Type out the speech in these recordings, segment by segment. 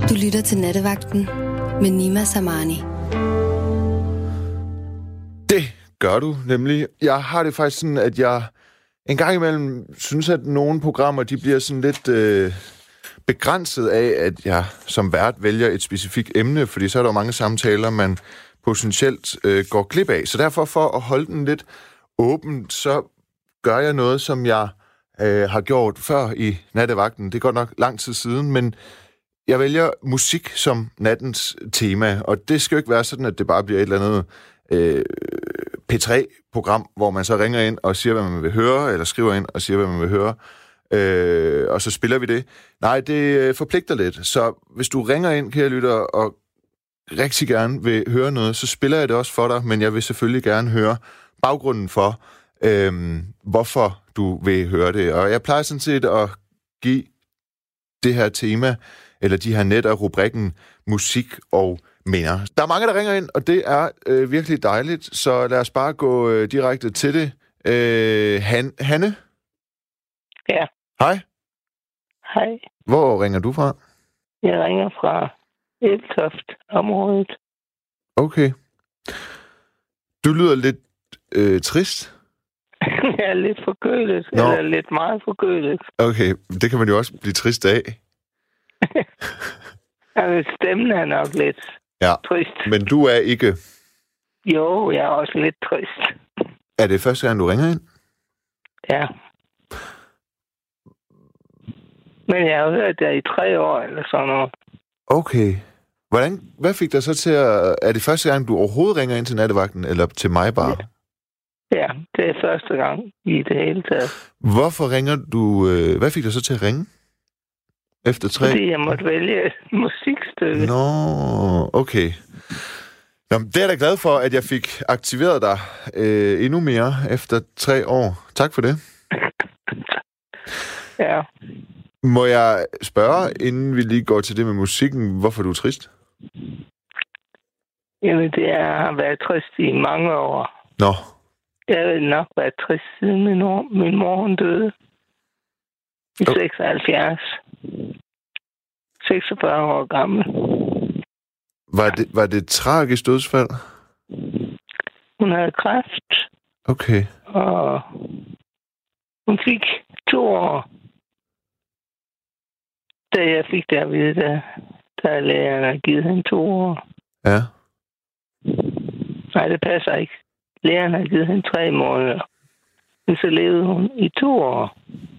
Du lytter til Nattevagten med Nima Samani. Det gør du nemlig. Jeg har det faktisk sådan, at jeg en gang imellem synes, at nogle programmer, de bliver sådan lidt begrænset af, at jeg som vært vælger et specifikt emne, fordi så er der jo mange samtaler, man potentielt går glip af. Så derfor for at holde den lidt åben, så gør jeg noget, som jeg har gjort før i Nattevagten. Det er godt nok lang tid siden, men jeg vælger musik som nattens tema, og det skal jo ikke være sådan, at det bare bliver et eller andet P3-program, hvor man så ringer ind og siger, hvad man vil høre, eller skriver ind og siger, hvad man vil høre, og så spiller vi det. Nej, det forpligter lidt. Så hvis du ringer ind, kære lytter, og rigtig gerne vil høre noget, så spiller jeg det også for dig, men jeg vil selvfølgelig gerne høre baggrunden for, hvorfor du vil høre det. Og jeg plejer sådan set at give det her tema, eller de her net af rubrikken musik og minder. Der er mange, der ringer ind, og det er virkelig dejligt, så lad os bare gå direkte til det. Hanne? Ja. Hej. Hej. Hvor ringer du fra? Jeg ringer fra Ebeltoft-området. Okay. Du lyder lidt trist. Jeg er lidt forkølet, eller lidt meget forkølet. Okay, det kan man jo også blive trist af. Stemmen er nok lidt trist. Men du er ikke? Jo, jeg er også lidt trist. Er det første gang, du ringer ind? Ja. Men jeg har hørt det i 3 år, eller sådan noget. Okay. Hvad fik dig så til at... Er det første gang, du overhovedet ringer ind til Nattevagten, eller til mig bare? Ja, det er første gang i det hele taget. Hvorfor ringer du... Hvad fik dig så til at ringe? Efter 3? Fordi jeg måtte vælge et musikstykke. Nå, okay. Nå, det er jeg da glad for, at jeg fik aktiveret dig endnu mere efter 3 år. Tak for det. Ja. Må jeg spørge, inden vi lige går til det med musikken, hvorfor du er trist? Jamen, det har været trist i mange år. Nå. Jeg har nok været trist siden min mor hun døde. I 76. 46 år gammel. Var det et tragisk dødsfald? Hun havde kræft. Okay. Og hun fik 2 år. Da jeg fik det at vide, da lægerne havde givet hende 2 år. Ja. Nej, det passer ikke. Lægerne havde givet hende 3 måneder. Men så levede hun i 2 år.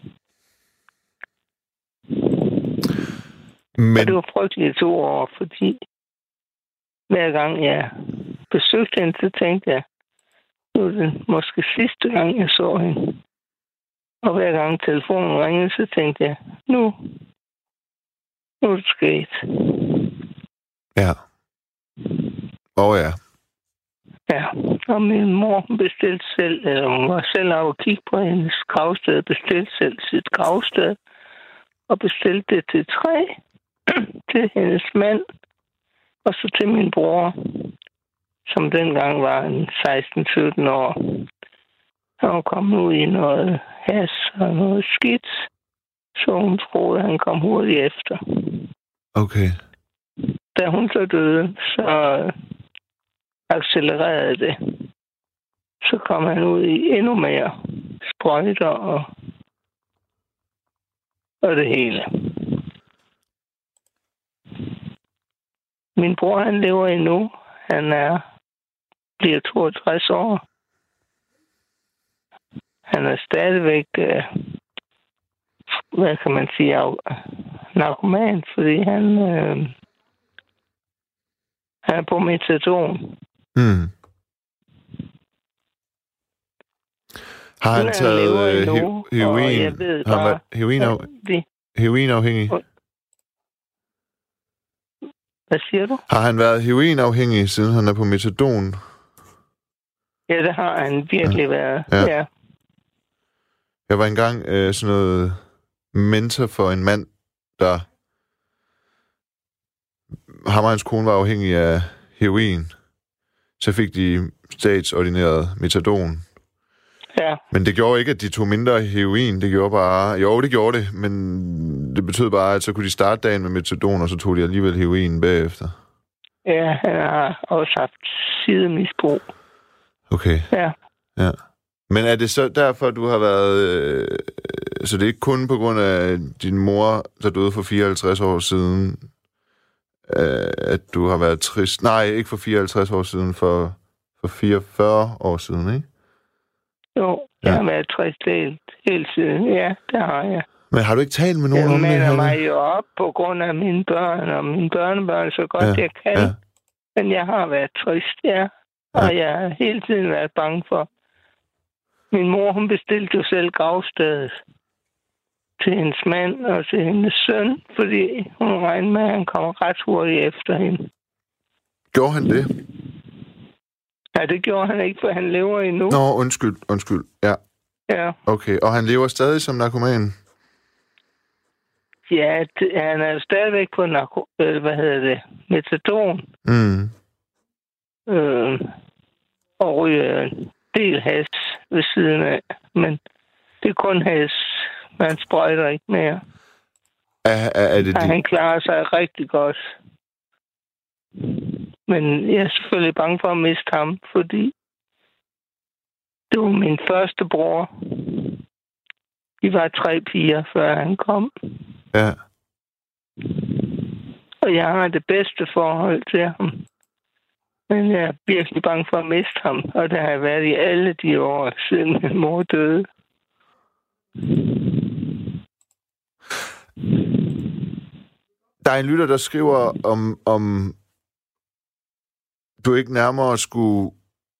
Men... Og det var frygteligt 2 år, fordi hver gang jeg besøgte hende, så tænkte jeg, nu er det måske sidste gang, jeg så hende. Og hver gang telefonen ringede, så tænkte jeg, nu er det sket. Ja. Ja. Ja, og min mor bestilte selv, eller hun var selv af at kigge på hendes gravsted, bestilte selv sit gravsted, og bestilte det til 3, til hendes mand, og så til min bror, som dengang var en 16-17 år. Han var kommet ud i noget has og noget skidt, så hun troede, at han kom hurtigt efter. Okay. Da hun så døde, så accelererede det. Så kom han ud i endnu mere sprøjter og det hele. Min bror, han lever endnu. Han bliver 62 år. Han er stadigvæk, hvad kan man sige, narkoman, fordi han er på metadon. Mm. Har han taget heroin? Har han været heroinafhængig? Hvad siger du? Har han været heroinafhængig, siden han er på metadon? Ja, det har han virkelig været. Ja. Jeg var engang sådan noget mentor for en mand, der... Ham og hans kone var afhængig af heroin. Så fik de statsordineret metadon. Ja. Men det gjorde ikke, at de tog mindre heroin. Det gjorde bare... Jo, det gjorde det, men det betød bare, at så kunne de starte dagen med metadon, og så tog de alligevel heroin bagefter? Ja, han har også haft sidemisbrug. Okay. Ja. Ja. Men er det så derfor, du har været... så det er ikke kun på grund af din mor, der døde for 54 år siden, at du har været trist? Nej, ikke for 54 år siden, for 44 år siden, ikke? Jo, jeg har været trist hele tiden. Ja, det har jeg. Men har du ikke talt med nogen om det? Jeg melder mig jo op på grund af mine børn og mine børnebørn, så godt jeg kan. Ja. Men jeg har været trist, ja. Og jeg har hele tiden været bange for. Min mor, hun bestilte jo selv gravstedet til hendes mand og til hendes søn, fordi hun regnede med, at han kommer ret hurtigt efter hende. Gjorde han det? Ja, det gjorde han ikke, for han lever endnu. Nå, undskyld. Ja. Ja. Okay, og han lever stadig som narkoman? Ja, han er stadigvæk på metadon. Mm. Og ryger en del has ved siden af. Men det er kun has. Man sprøjter ikke mere. Er det han klarer sig rigtig godt. Men jeg er selvfølgelig bange for at miste ham, fordi det var min første bror. Vi var 3 piger, før han kom. Ja. Og jeg har det bedste forhold til ham. Men jeg er virkelig bange for at miste ham. Og det har jeg været i alle de år, siden min mor døde. Der er en lytter, der skriver om du ikke nærmere skulle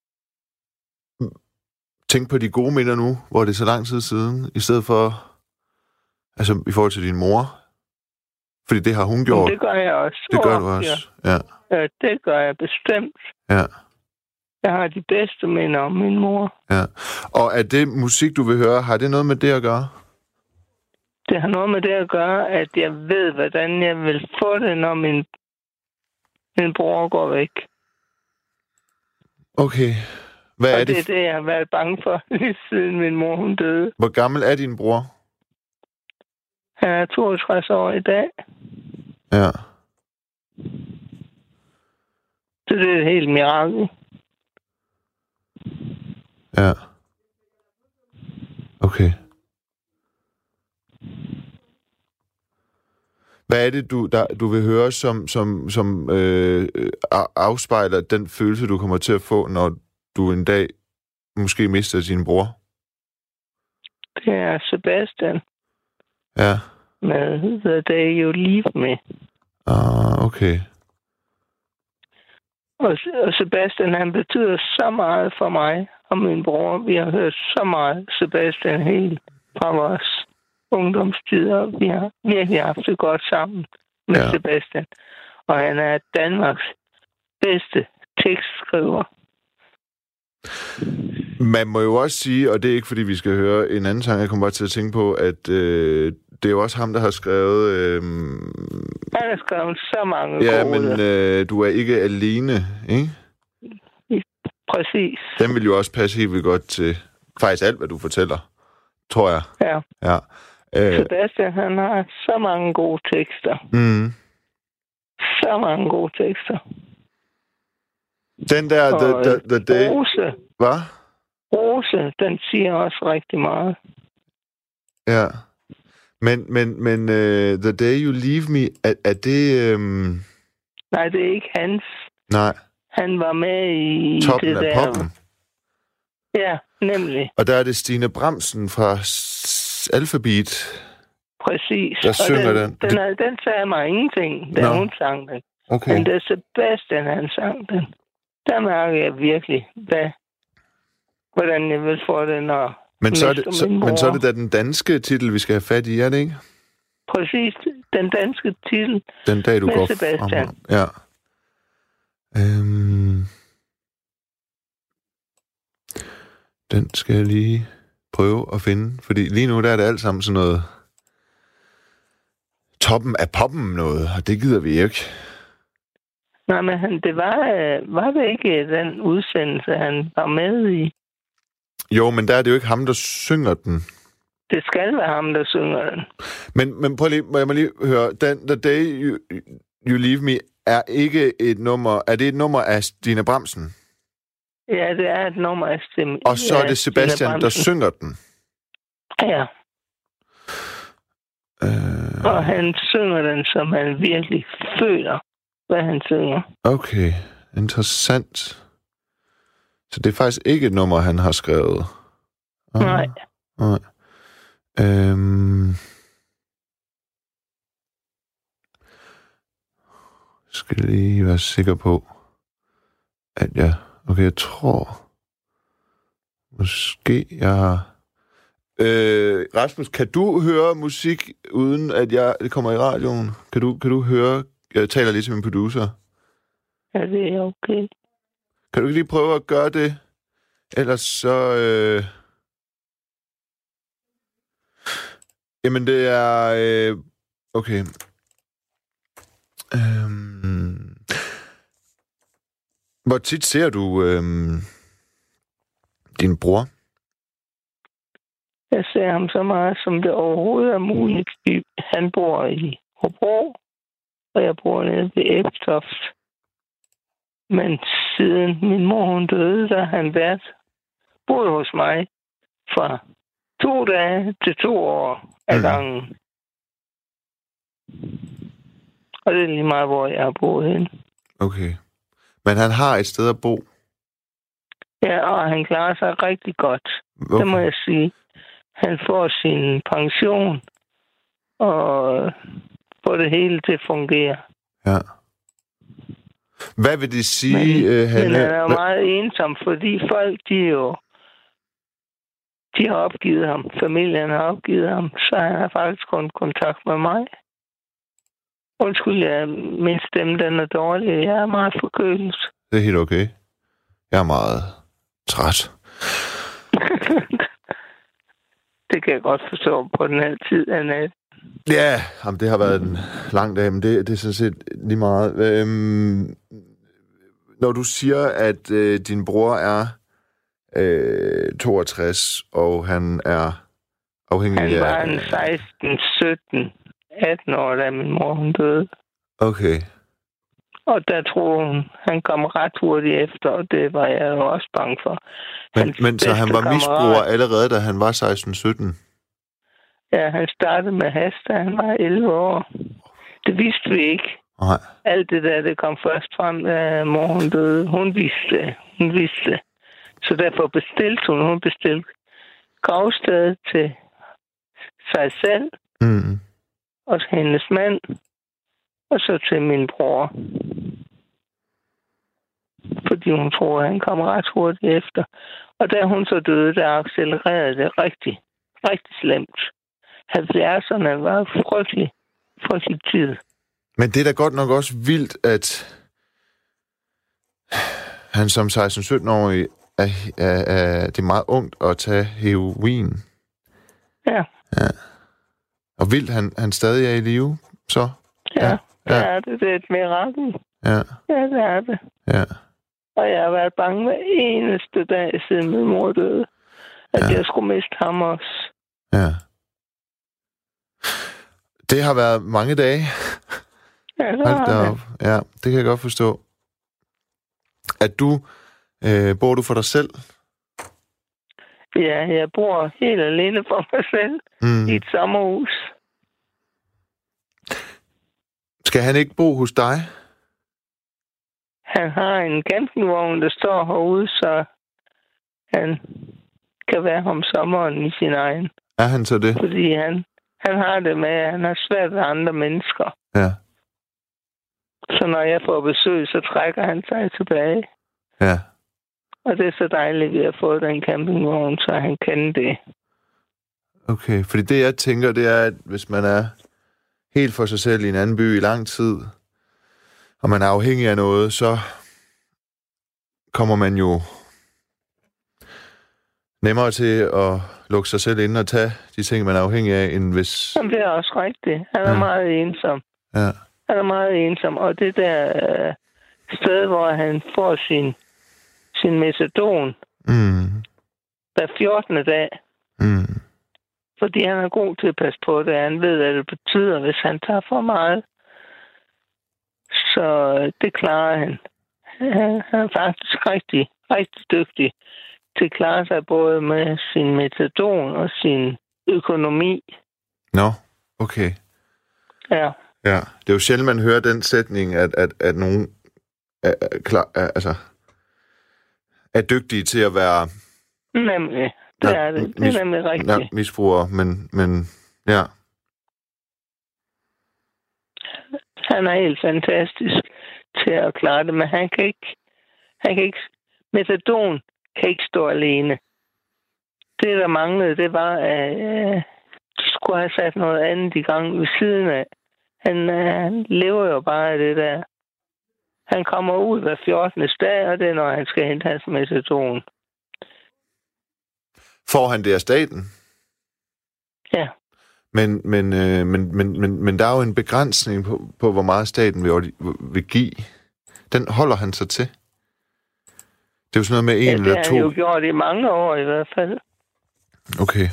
tænke på de gode minder nu, hvor det er så lang tid siden, i stedet for, altså i forhold til din mor. Fordi det har hun gjort. Det gør jeg også. Det gør du også, ja. Ja, det gør jeg bestemt. Ja. Jeg har de bedste minder om min mor. Ja. Og er det musik, du vil høre, har det noget med det at gøre? Det har noget med det at gøre, at jeg ved, hvordan jeg vil få det, når min bror går væk. Okay. Hvad er det er det, jeg har været bange for, lige siden min mor hun døde. Hvor gammel er din bror? Han er 62 år i dag. Ja. Så det er et helt mirakel. Ja. Okay. Hvad er det, du vil høre, som afspejler den følelse, du kommer til at få, når du en dag måske mister din bror? Det er Sebastian. Ja. Med The Day You Leave Me. Okay. Og Sebastian, han betyder så meget for mig og min bror. Vi har hørt så meget Sebastian helt fra vores ungdomstider. Vi har virkelig haft det godt sammen med Sebastian. Og han er Danmarks bedste tekstskriver. Man må jo også sige, og det er ikke fordi vi skal høre en anden sang, jeg kommer bare til at tænke på, at det er jo også ham, der har skrevet... Han har skrevet så mange gode. Ja, men du er ikke alene, ikke? Præcis. Den vil jo også passe helt vildt godt til faktisk alt, hvad du fortæller, tror jeg. Ja. Sebastian, han har så mange gode tekster. Mm. Så mange gode tekster. Den der, the day... Rose. Hvad? Rose, den siger også rigtig meget. Ja. Men The Day You Leave Me, er det... Nej, det er ikke hans. Nej. Han var med i Toppen det af der... poppen. Ja, nemlig. Og der er det Stine Bramsen fra Alphabet. Præcis. Der synger den. Den sagde mig ingenting, da hun sang den. Okay. Men da Sebastian, han sang den, der mærker jeg virkelig, hvordan jeg vil få den, når men så er det da den danske titel, vi skal have fat i, er det ikke? Præcis, den danske titel. Den dag, du med går Sebastian. Ja. Den skal jeg lige prøve at finde, fordi lige nu der er det alt sammen sådan noget toppen af poppen noget, og det gider vi ikke. Nej, men det var det ikke den udsendelse, han var med i? Jo, men der er det jo ikke ham, der synger den. Det skal være ham, der synger den. Men prøv lige, må jeg lige høre, The Day You Leave Me er ikke et nummer, er det et nummer af Stine Bramsen? Ja, det er et nummer af Stine. Og så er det Sebastian, der synger den? Ja. Og han synger den, som han virkelig føler, hvad han synger. Okay, interessant. Så det er faktisk ikke et nummer, han har skrevet? Nej. Skal lige være sikker på, at jeg... Okay, jeg tror... Måske jeg har... Rasmus, kan du høre musik, uden at det kommer i radioen? Kan du høre... Jeg taler lige til min producer. Ja, det er okay. Kan du ikke lige prøve at gøre det? Ellers så... Jamen, det er... Okay. Hvor tit ser du din bror? Jeg ser ham så meget, som det overhovedet er muligt. Han bor i Hobro, og jeg bor nede ved Ebeltoft. Men siden min mor hun døde, der har han boet hos mig fra 2 dage til 2 år ad gangen. Og det er lige meget, hvor jeg har boet henne. Okay. Men han har et sted at bo? Ja, og han klarer sig rigtig godt. Okay. Det må jeg sige. Han får sin pension, og får det hele til at fungere. Ja. Hvad vil det sige, men han er jo meget ensom, fordi folk, de har opgivet ham. Familien har opgivet ham, så han har faktisk kun kontakt med mig. Undskyld, min stemme, den er dårlig. Jeg er meget forkølet. Det er helt okay. Jeg er meget træt. Det kan jeg godt forstå på den her tid af nat. Ja, jamen, det har været en lang dag, men det er sådan set lige meget. Når du siger, at din bror er 62, og han er afhængig af... Han var en 16, 17, 18 år, da min mor hun døde. Okay. Og der tror hun, han kom ret hurtigt efter, og det var jeg jo også bange for. Men så han var misbruger allerede, da han var 16-17? Ja, han startede med has, da han var 11 år. Det vidste vi ikke. Nej. Alt det der, det kom først frem, da mor hun døde. Hun vidste det. Så derfor bestilte hun gravsted til sig selv, og til hendes mand, og så til min bror. Fordi hun tror, at han kom ret hurtigt efter. Og da hun så døde, der accelererede det rigtig, rigtig slemt. 70'erne var frygtelig tid. Men det er da godt nok også vildt, at han som 16-17-årig det er meget ungt at tage heroin. Ja. Og vildt, han stadig er i live, så? Ja. Det er et mirakel. Ja, det er det. Ja. Og jeg har været bange hver eneste dag, siden min mor døde, at jeg skulle miste ham også. Ja. Det har været mange dage. Ja, det har det. Ja, det kan jeg godt forstå. Bor du for dig selv? Ja, jeg bor helt alene for mig selv i et sommerhus. Skal han ikke bo hos dig? Han har en campingvogn, der står herude, så han kan være om sommeren i sin egen. Er han så det? Fordi han har det med, at han har svært ved andre mennesker. Ja. Så når jeg får besøg, så trækker han sig tilbage. Ja. Og det er så dejligt, at vi har fået den campingvogn, så han kan det. Okay, fordi det jeg tænker, det er, at hvis man er helt for sig selv i en anden by i lang tid, og man er afhængig af noget, så kommer man jo nemmere til at lukke sig selv ind og tage de ting, man er afhængig af, end hvis... Jamen, det er også rigtigt. Han er meget ensom. Ja. Han er meget ensom, og det der sted, hvor han får sin metadon hver 14. dag, Fordi han er god til at passe på det. Han ved, hvad det betyder, hvis han tager for meget. Så det klarer han. Han er faktisk rigtig, rigtig dygtig til at klare sig både med sin metadon og sin økonomi. Nå, okay. Ja. Ja, det er jo sjældent, man hører den sætning, at nogen er dygtige til at være... Nemlig, det er det. Det er nemlig rigtigt. Ja, misbruger, men ja. Han er helt fantastisk til at klare det, men han kan ikke metadon kan ikke stå alene. Det, der manglede, det var, at de skulle have sat noget andet i gang ved siden af. Han lever jo bare af det der. Han kommer ud hver 14. dag, og det er, når han skal hente hans metadon. Får han det af staten? Ja. Men der er jo en begrænsning på hvor meget staten vil give. Den holder han sig til. Det er jo sådan noget med en eller to. Det har han jo gjort i mange år i hvert fald. Okay.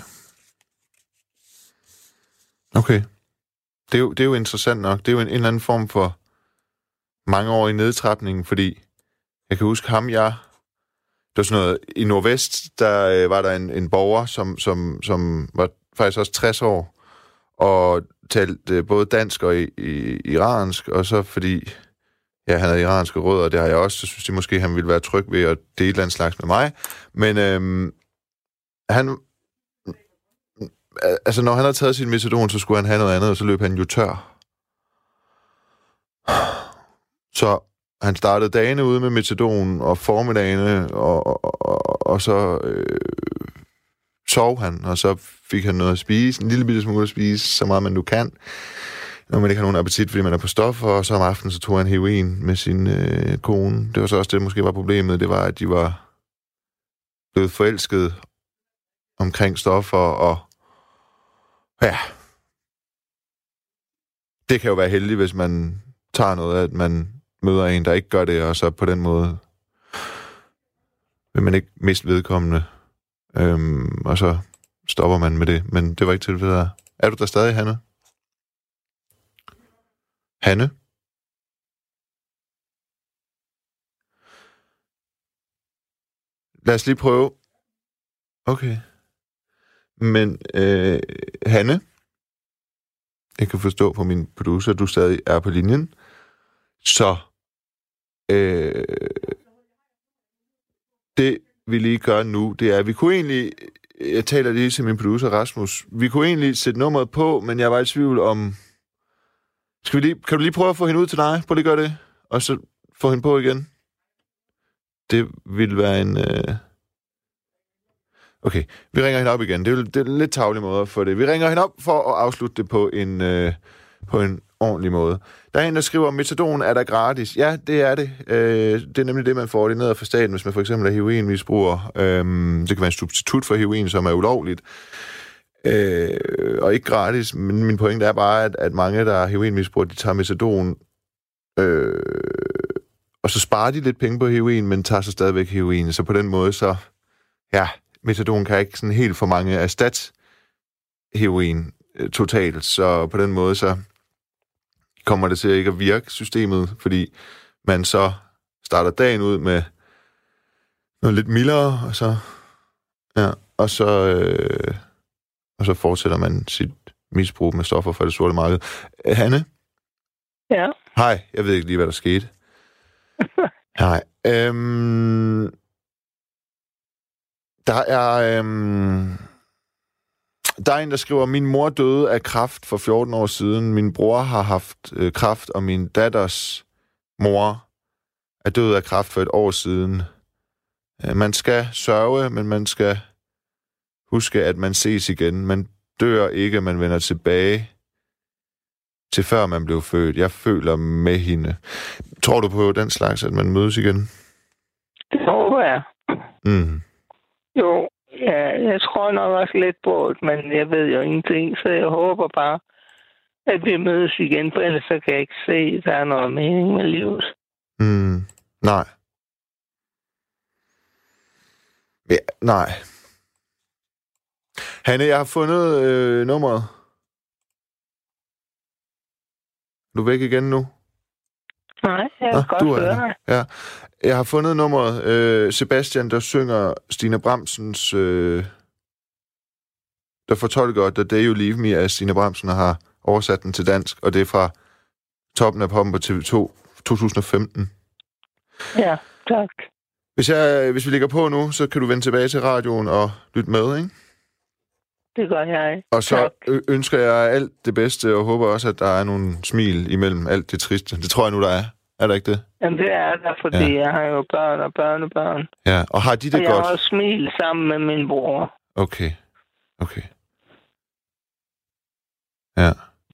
Okay. Det er jo interessant nok. Det er jo en eller anden form for mangeårig nedtrapning, fordi jeg kan huske ham, det var sådan noget, i Nordvest, der var der en borger, som var faktisk også 60 år, og talte både dansk og iransk, og så fordi han havde iranske rødder, det har jeg også, så synes de måske, han ville være tryg ved at dele et eller andet slags med mig. Men han... Altså, når han havde taget sin metadon, så skulle han have noget andet, og så løb han jo tør. Så han startede dagene ude med metadon, og formiddagene, og så sov han, og så fik han noget at spise, en lille bitte smule at spise, så meget man nu kan, når man ikke har nogen appetit, fordi man er på stoffer, og så om aftenen, så tog han heroin med sin kone. Det var så også det, måske var problemet, det var, at de var blevet forelsket omkring stoffer, og ja, det kan jo være heldigt, hvis man tager noget af, at man møder en, der ikke gør det, og så på den måde vil man ikke miste vedkommende, og så stopper man med det. Men det var ikke tilfældet der. Er du der stadig, Hanne? Hanne? Lad os lige prøve. Okay. Men Hanne, jeg kan forstå på min producer, at du stadig er på linjen. Så det vi lige gør nu, det er, at vi kunne egentlig, jeg taler lige til min producer Rasmus, vi kunne egentlig sætte nummeret på, men jeg var i tvivl om, kan du lige prøve at få hende ud til dig? Prøv lige at gøre det, og så få hende på igen. Det ville være en... Okay, vi ringer hende op igen. Det er en lidt tarvelig måde at få det. Vi ringer hende op for at afslutte det på en ordentlig måde. Der er en, der skriver, metadon er der gratis. Ja, det er det. Det er nemlig det, man får ordineret fra staten, hvis man for eksempel er heroinmisbruger. Det kan være en substitut for heroin, som er ulovligt. Og ikke gratis. Men min pointe er bare, at mange, der er heroinmisbrugere, de tager metadon, og så sparer de lidt penge på heroin, men tager så stadigvæk heroin. Så på den måde, så ja, metadon kan ikke sådan helt for mange erstatte heroin totalt. Så på den måde, så kommer det til ikke at virke systemet, fordi man så starter dagen ud med noget lidt mildere, og så fortsætter man sit misbrug med stoffer fra det sorte marked. Hanne? Ja? Hej, jeg ved ikke lige, hvad der skete. Hej. Der er en, der skriver, min mor døde af kræft for 14 år siden. Min bror har haft kræft, og min datters mor er død af kræft for et år siden. Man skal sørge, men man skal huske, at man ses igen. Man dør ikke, man vender tilbage til før man blev født. Jeg føler med hende. Tror du på den slags, at man mødes igen? Det håber jeg. Mm. Jo, ja, jeg tror nok også lidt på det, men jeg ved jo ingenting, så jeg håber bare, at vi mødes igen, for ellers så kan jeg ikke se, at der er noget mening med livet. Nej. Ja, nej. Hanne, jeg har fundet nummeret. Du er væk igen nu? Nej, jeg kan godt høre dig. Ja. Jeg har fundet nummeret. Sebastian, der synger Stine Bramsens... der fortolker The Day You Leave Me, at Stine Bramsen har oversat den til dansk, og det er fra Toppen af Poppen på TV2 2015. Ja, tak. Hvis vi ligger på nu, så kan du vende tilbage til radioen og lytte med, ikke? Det gør jeg. Og så ønsker jeg alt det bedste, og håber også, at der er nogle smil imellem alt det triste. Det tror jeg nu, der er. Er der ikke det? Jamen, det er der, fordi jeg har jo børn og børnebørn. Ja, og har de det og godt? Jeg har også smil sammen med min bror. Okay. Ja.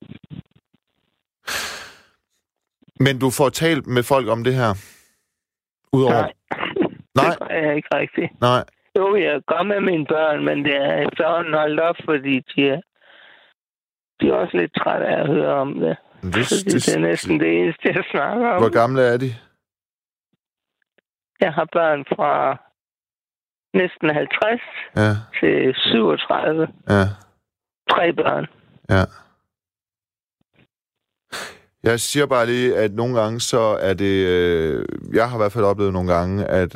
Men du får talt med folk om det her? Udover... Nej. Det gør jeg ikke rigtigt. Nej. Jo, jeg går med mine børn, men det er efterhånden holdt op, fordi de er også lidt trætte af at høre om det. Det er næsten det eneste, jeg snakker om. Hvor gamle er de? Jeg har børn fra næsten 50 til 37. Ja. 3 børn. Ja. Jeg siger bare lige, at nogle gange så er det... jeg har i hvert fald oplevet nogle gange, at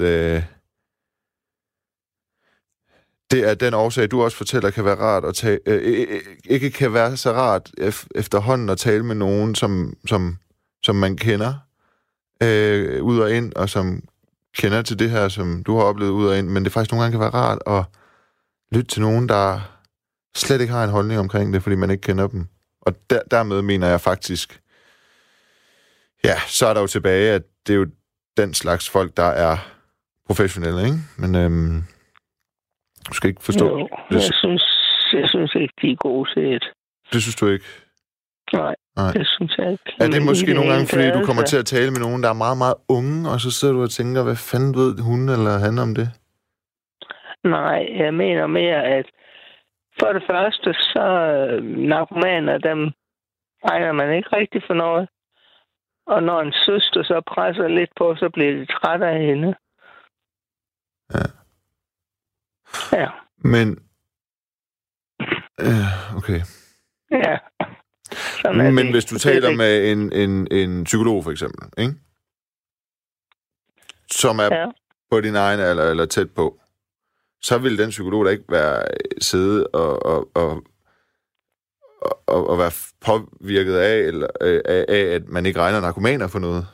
det er den årsag, du også fortæller, kan være rart at tage... ikke kan være så rart efterhånden at tale med nogen, som man kender ud og ind, og som kender til det her, som du har oplevet ud og ind, men det faktisk nogle gange kan være rart at lytte til nogen, der slet ikke har en holdning omkring det, fordi man ikke kender dem. Og dermed mener jeg faktisk... Ja, så er der jo tilbage, at det er jo den slags folk, der er professionelle, ikke? Men du skal ikke forstå... Jo, jeg synes ikke, de er gode til det. Det synes du ikke? Nej, det synes jeg ikke. Er det måske nogle gange, fordi du kommer til at tale med nogen, der er meget, meget unge, og så sidder du og tænker, hvad fanden ved hun eller han om det? Nej, jeg mener mere, at for det første, så narkomaner, dem regner man ikke rigtig for noget. Og når en søster så presser lidt på, så bliver de træt af hende. Ja. Men... okay. Ja. Men hvis du taler med en psykolog, for eksempel, ikke? Som er på din egen alder eller tæt på, så vil den psykolog da ikke sidde og være påvirket af, at man ikke regner narkomaner for noget?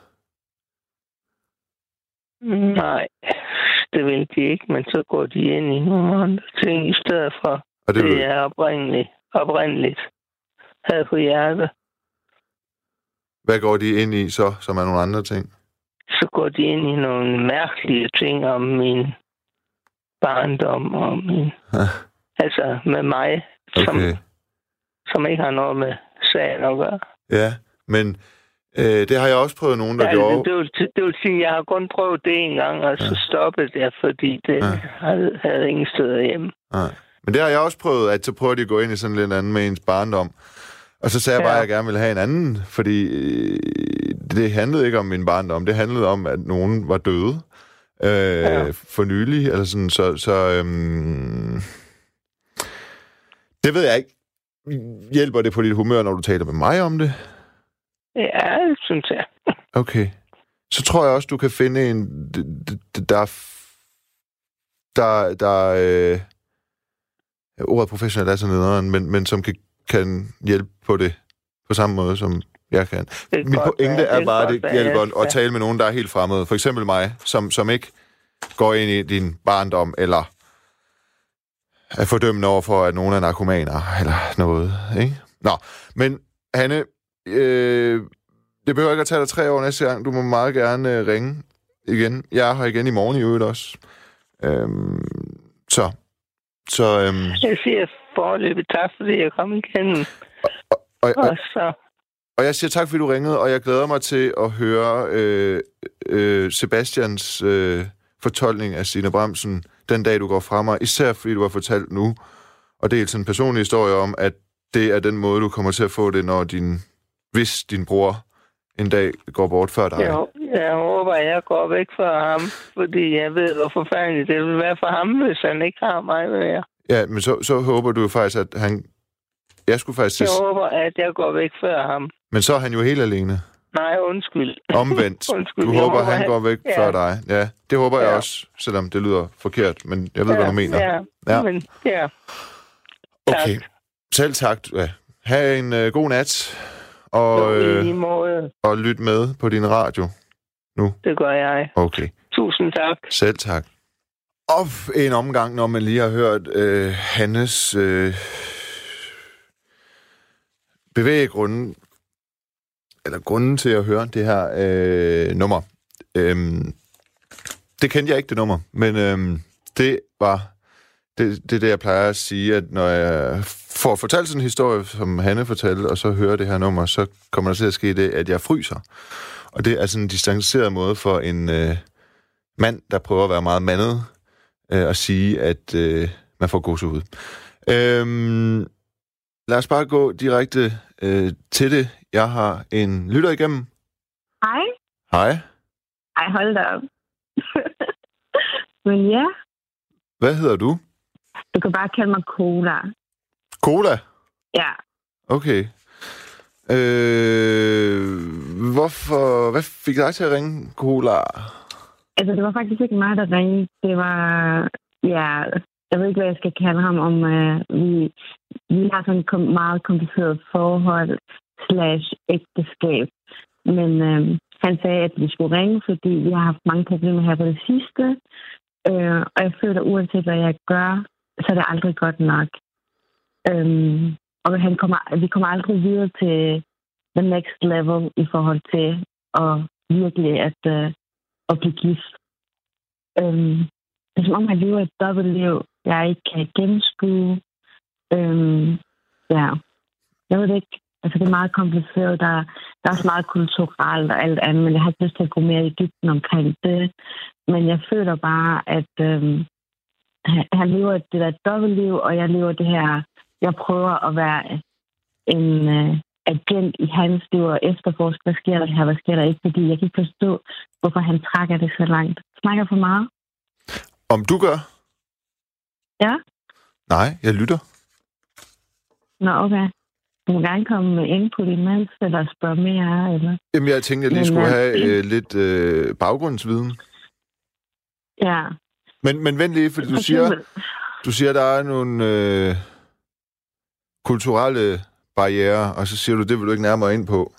Nej, det vil de ikke, men så går de ind i nogle andre ting i stedet for. Og det er oprindeligt. Had på hjertet. Hvad går de ind i så, som er nogle andre ting? Så går de ind i nogle mærkelige ting om min barndom og min... altså med mig, som ikke har noget med sagen at gøre. Ja, men det har jeg også prøvet nogen, der gjorde. Det vil sige, at jeg har kun prøvet det en gang, og så stoppede det, fordi det havde ingen steder hjemme. Men det har jeg også prøvet, at så prøver de at gå ind i sådan lidt anden med ens barndom. Og så sagde jeg bare, at jeg gerne ville have en anden, fordi det handlede ikke om min barndom. Det handlede om, at nogen var døde for nylig. Eller sådan, det ved jeg ikke. Hjælper det på dit humør, når du taler med mig om det? Ja, det synes jeg. Okay. Så tror jeg også, du kan finde en, der ordet professionel er så nederen, men som kan hjælpe på det på samme måde, som jeg kan. Min pointe er bare, at det hjælper at tale med nogen, der er helt fremmede. For eksempel mig, som ikke går ind i din barndom, eller er fordømmende over for, at nogen er narkomaner, eller noget, ikke? Nå, men Hanne, det behøver ikke at tage dig 3 år næste gang. Du må meget gerne ringe igen. Jeg er her igen i morgen i øvrigt også. Jeg siger foreløbig tak, fordi jeg kom igennem. Og jeg siger tak, fordi du ringede, og jeg glæder mig til at høre Sebastians fortolkning af Stine Bramsen den dag, du går fra mig. Især fordi du har fortalt nu, og det er sådan en personlig historie om, at det er den måde, du kommer til at få det, når hvis din bror en dag går bort før dig. Jeg håber, jeg går væk fra ham, fordi jeg ved, hvor forfærdeligt det vil være for ham, hvis han ikke har mig mere. Ja, men så håber du faktisk, at han... Jeg skulle faktisk... Jeg håber, at jeg går væk før ham. Men så er han jo helt alene. Nej, undskyld. Omvendt. Undskyld. Du håber, han går væk før dig. Ja, det håber jeg også, selvom det lyder forkert, men jeg ved, hvad du mener. Ja. Men, ja. Okay. Selv tak. Ja. Ha' en god nat. Og lyt med på din radio nu. Det gør jeg. Okay. Tusind tak. Selv tak. Og en omgang, når man lige har hørt Hannes bevæggrunde, eller grunden til at høre det her nummer. Det kendte jeg ikke, det nummer, men det var det, jeg plejer at sige, at når jeg får fortalt sådan en historie, som Hanne fortalte, og så hører det her nummer, så kommer der til at ske det, at jeg fryser. Og det er sådan en distanceret måde for en mand, der prøver at være meget mandet, at sige, at man får gåsehud. Lad os bare gå direkte til det. Jeg har en lytter igennem. Hej. Hej. Ej, hold da op. Men ja. Hvad hedder du? Du kan bare kalde mig Cola. Cola? Ja. Okay. Hvad fik dig til at ringe, Cola? Altså, det var faktisk ikke mig, der ringede. Det var, ja, jeg ved ikke, hvad jeg skal kalde ham, om vi har sådan et meget kompliceret forhold / ægteskab. Men han sagde, at vi skulle ringe, fordi vi har haft mange problemer her på det sidste. Og jeg føler, uanset hvad jeg gør, så er det aldrig godt nok. Og vi kommer aldrig videre til the next level i forhold til at virkelig at blive gift. Det er som om, han lever et dobbeltliv, jeg ikke kan gennemskue. Ja, jeg ved det ikke. Altså, det er meget kompliceret. Der er også meget kulturelt og alt andet, men jeg har ikke lyst til at gå mere i dybden omkring det. Men jeg føler bare, at han lever det der dobbeltliv, og jeg lever det her. Jeg prøver at være en agent i hans liv og efterforske, hvad sker der her, hvad sker der ikke, fordi jeg kan ikke forstå, hvorfor han trækker det så langt. Snakker for meget? Om du gør? Ja. Nej, jeg lytter. Nå, okay. Du må gerne komme med input imens, eller spørge mere, eller... Jamen, jeg tænkte, jeg lige skulle have lidt baggrundsviden. Ja. Men vent lige, fordi du siger, der er nogle kulturelle barrierer, og så siger du, det vil du ikke nærmere ind på.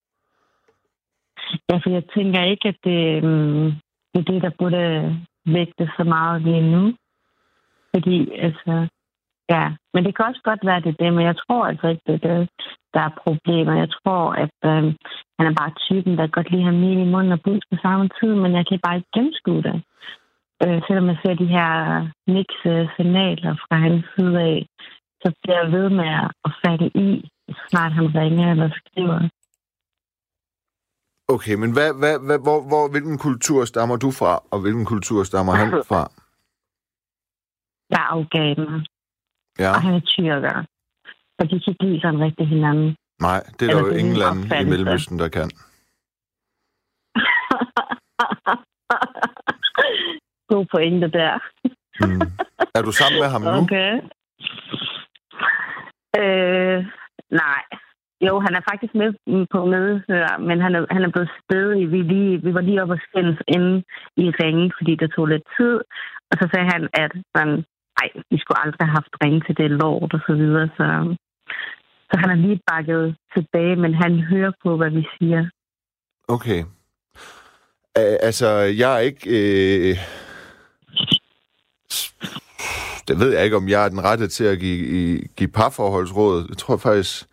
Ja, for jeg tænker ikke, at det er det, der burde vægte så meget lige nu. Fordi, altså... Ja, men det kan også godt være, det, men jeg tror altså ikke, det er det, der er problemer. Jeg tror, at han er bare typen, der godt lige har mel i munden og bus på samme tid, men jeg kan bare ikke gennemskue det. Selvom jeg ser de her mix-signaler fra hans side af, så bliver jeg ved med at falde i, snart han ringer eller skriver. Okay, men hvilken kultur stammer du fra, og hvilken kultur stammer han fra? Jeg er afghaner. Ja. Og han er tyrker. Og de kan ikke lide sådan rigtig hinanden. Nej, det er der jo ingen lande i Mellemøsten, der kan. God pointe der. Er du sammen med ham nu? Okay. Nej. Jo, han er faktisk med på medhør, men han er blevet stedig. Vi var lige oppe og skændes inde i ringen, fordi det tog lidt tid. Og så sagde han, at vi skulle aldrig have haft ringe til det lort og så videre. Så han er lige bakket tilbage, men han hører på, hvad vi siger. Okay. Altså, jeg er ikke... Det ved jeg ikke, om jeg er den rette til at give parforholdsråd. Jeg tror faktisk...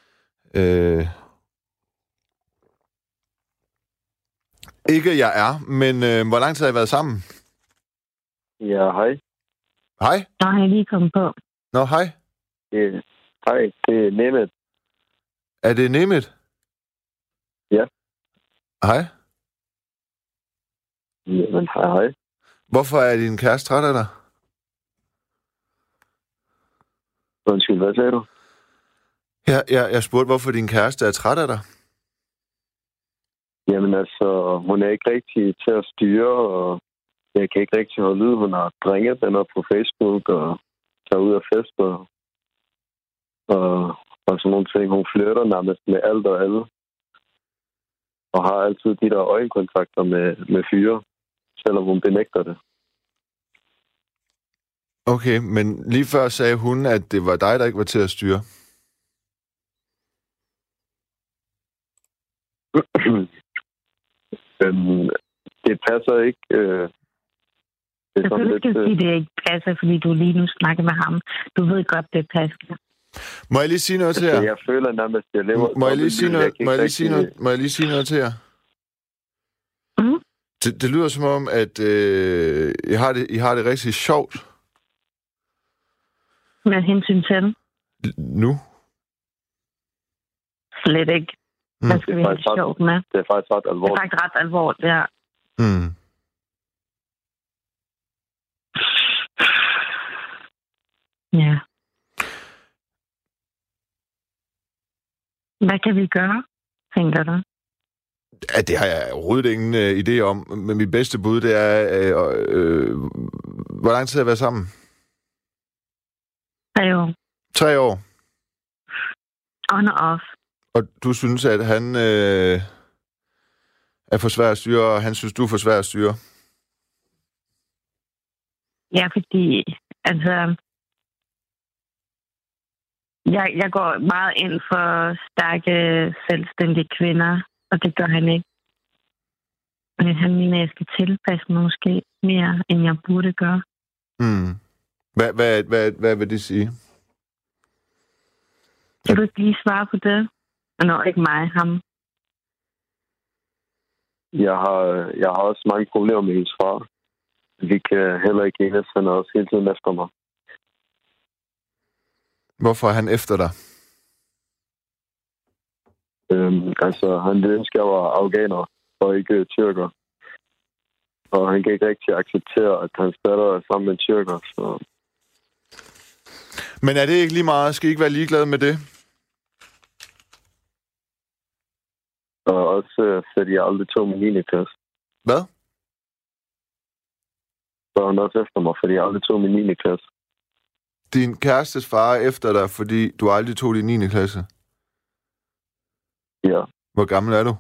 Ikke jeg er, men hvor lang tid har I været sammen? Ja, hej. Hej? Nå, han er lige kommet på. Nå, hej. Hej, det er Nemeth. Er det Nemeth? Ja. Hej? Jamen, hej. Hvorfor er din kæreste træt af dig? Undskyld, hvad sagde du? Jeg spurgte, hvorfor din kæreste er træt af dig. Jamen altså, hun er ikke rigtig til at styre, og jeg kan ikke rigtig holde ud. Hun har drenget den op på Facebook, og tager ud og fester og sådan nogle ting. Hun flirter nærmest med alt og alle. Og har altid de der øjenkontakter med fyre, selvom hun benægter det. Okay, men lige før sagde hun, at det var dig, der ikke var til at styre. Det passer ikke. Det er sådan lidt... Sige, det ikke passer, fordi du lige nu snakker med ham. Du ved godt, det passer. Må jeg lige sige noget til jer? Jeg føler nærmest, at jeg lever... Må jeg lige sige noget til jer? Mm? Det lyder som om, at I har det rigtig sjovt. Med hensyn til? Nu? Slet ikke. Hvad skal vi have det sjovt med? Det er faktisk ret alvorligt. Det er faktisk ret alvorligt, ja. Mm. Ja. Hvad kan vi gøre, tænker du? Ja, det har jeg overhovedet ingen idé om. Men mit bedste bud, det er... hvor lang tid har I været sammen? 3 år. 3 år? On og off. Og du synes, at han er for svær at styre, og han synes, du er for svær at styre? Ja, fordi... Altså... Jeg går meget ind for stærke, selvstændige kvinder, og det gør han ikke. Men han mener, at jeg skal tilpasse mig måske mere, end jeg burde gøre. Mm. Hvad vil det sige? Kan du ikke lige svare på det? Nå, ikke mig, ham. Jeg har også mange problemer med hendes far. Vi kan heller ikke enes, han er også hele tiden efter mig. Hvorfor er han efter dig? Han ønsker, at jeg var afghaner og ikke tyrker. Og han kan ikke rigtig acceptere, at hans datter er sammen med en tyrker. Så... Men er det ikke lige meget? Skal I ikke være ligeglade med det? Og også, fordi jeg aldrig tog min 9. klasse. Hvad? Så er han også efter mig, fordi jeg aldrig tog min 9. klasse. Din kærestes far er efter dig, fordi du aldrig tog din 9. klasse? Ja. Hvor gammel er du?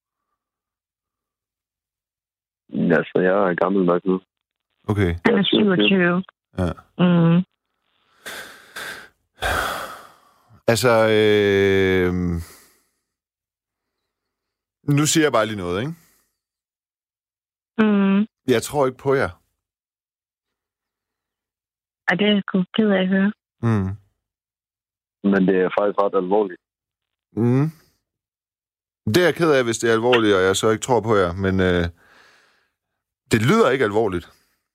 Altså, jeg er gammel nok nu. Okay. Han er 27. Ja. Mm. Altså, nu siger jeg bare lige noget, ikke? Mm. Jeg tror ikke på jer. Og det er sgu ked af at høre. Mm. Men det er faktisk ret alvorligt. Mm. Det er jeg ked af, hvis det er alvorligt, og jeg så ikke tror på jer, men det lyder ikke alvorligt.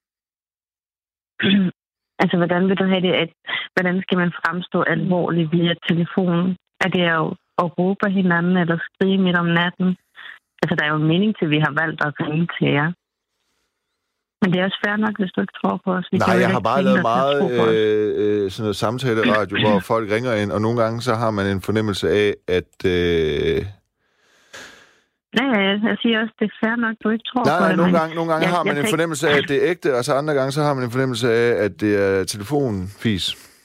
Altså, hvordan vil du have det, hvordan skal man fremstå alvorligt via telefonen? Er det at råbe på hinanden, eller skrige midt om natten? Altså, der er jo en mening til, at vi har valgt at ringe til jer. Men det er også fair nok, hvis du ikke tror på os. Nej, jeg har bare lavet meget sådan noget samtaleradio, hvor folk ringer ind, og nogle gange så har man en fornemmelse af, at... Ja, jeg siger også, det er fair nok, du ikke tror på det. Nogle gange har man en fornemmelse af, at det er ægte, og så andre gange så har man en fornemmelse af, at det er telefonfis.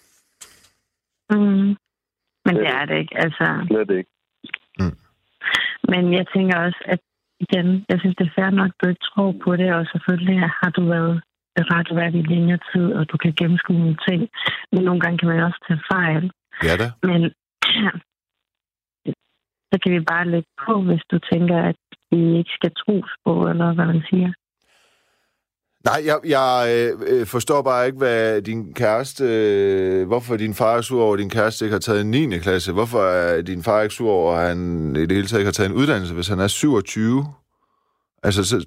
Mm. Men det er det ikke, altså... Slet ikke. Mm. Men jeg tænker også, at igen, jeg synes, det er fair nok, du ikke tror på det, og selvfølgelig har du været ret værd i længere tid, og du kan gennemskue nogle ting. Men nogle gange kan man også tage fejl. Ja da. Men så kan vi bare lægge på, hvis du tænker, at vi ikke skal tros på, eller hvad man siger. Nej, jeg forstår bare ikke, hvad din kæreste... hvorfor din far er sur over, at din kæreste ikke har taget en 9. klasse. Hvorfor er din far ikke sur over, at han i det hele taget ikke har taget en uddannelse, hvis han er 27? Altså, så...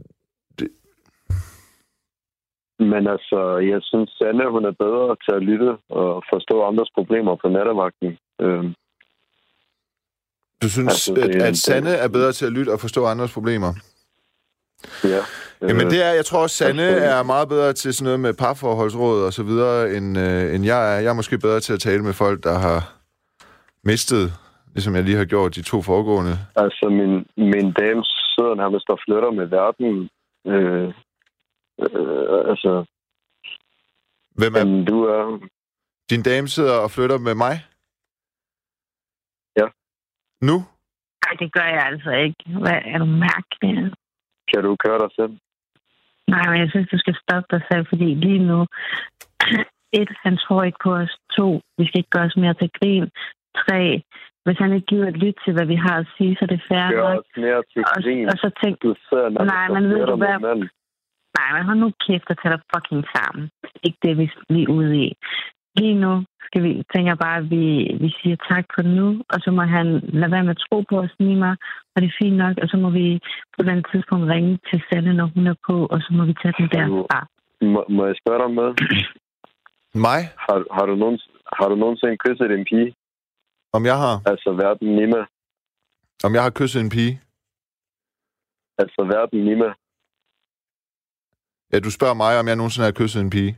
Men altså, jeg synes, Sanne, hun er bedre til at lytte og forstå andres problemer på nattevagten. Du synes, altså, at Sanne er bedre til at lytte og forstå andres problemer? Ja. Jamen det er, jeg tror også, Sanne er meget bedre til sådan noget med parforholdsråd og så videre, end jeg er. Jeg er måske bedre til at tale med folk, der har mistet, ligesom jeg lige har gjort de 2 foregående. Altså, min dame sidder nærmest og flytter med verden. Altså... Hvem er... Men du er... Din dame sidder og flytter med mig? Ja. Nu? Nej, det gør jeg altså ikke. Hvad er du mærkelig? Kan du køre dig selv? Nej, men jeg synes, du skal stoppe dig selv, fordi lige nu... 1, han tror ikke på os. 2, vi skal ikke gøre os mere til grin. 3, hvis han ikke gider at lytte til, hvad vi har at sige, så er det fair Gør nok. os mere til grin. Og så tænk... Du sidder nærmest Nej, og men ved flytter du hvad? med manden. Nej, men hold nu kæft og tag dig fucking sammen. Ikke det, vi er ude i. Lige nu tænker jeg bare, at vi siger tak for nu, og så må han lade være med at tro på os, Nima, og det er fint nok, og så må vi på den tidspunkt ringe til Sanne, når hun er på, og så må vi tage den derfra. Må jeg spørge dig med? Mig? Har du nogensinde kysset en pige? Om jeg har? Altså verden Nima. Om jeg har kysset en pige? Altså verden Nima. Ja, du spørger mig, om jeg nogensinde har kysset en pige.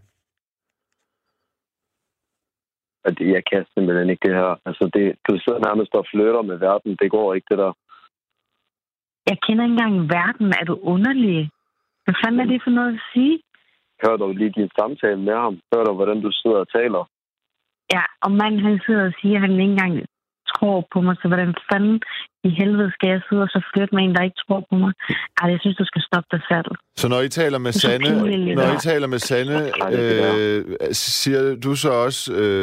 Jeg kan simpelthen ikke det her. Altså, du sidder nærmest og flytter med verden. Det går ikke, det der. Jeg kender ikke engang verden. Er du underlig? Hvad fanden er det for noget at sige? Hør du lige din samtale med ham? Hør du, hvordan du sidder og taler? Ja, og manden han sidder og siger, at han ikke engang tror på mig. Så hvordan fanden i helvede skal jeg sidde og så flytte med en, der ikke tror på mig? Ej, jeg synes, du skal stoppe dig selv. Så når I taler med Sanne, siger du så også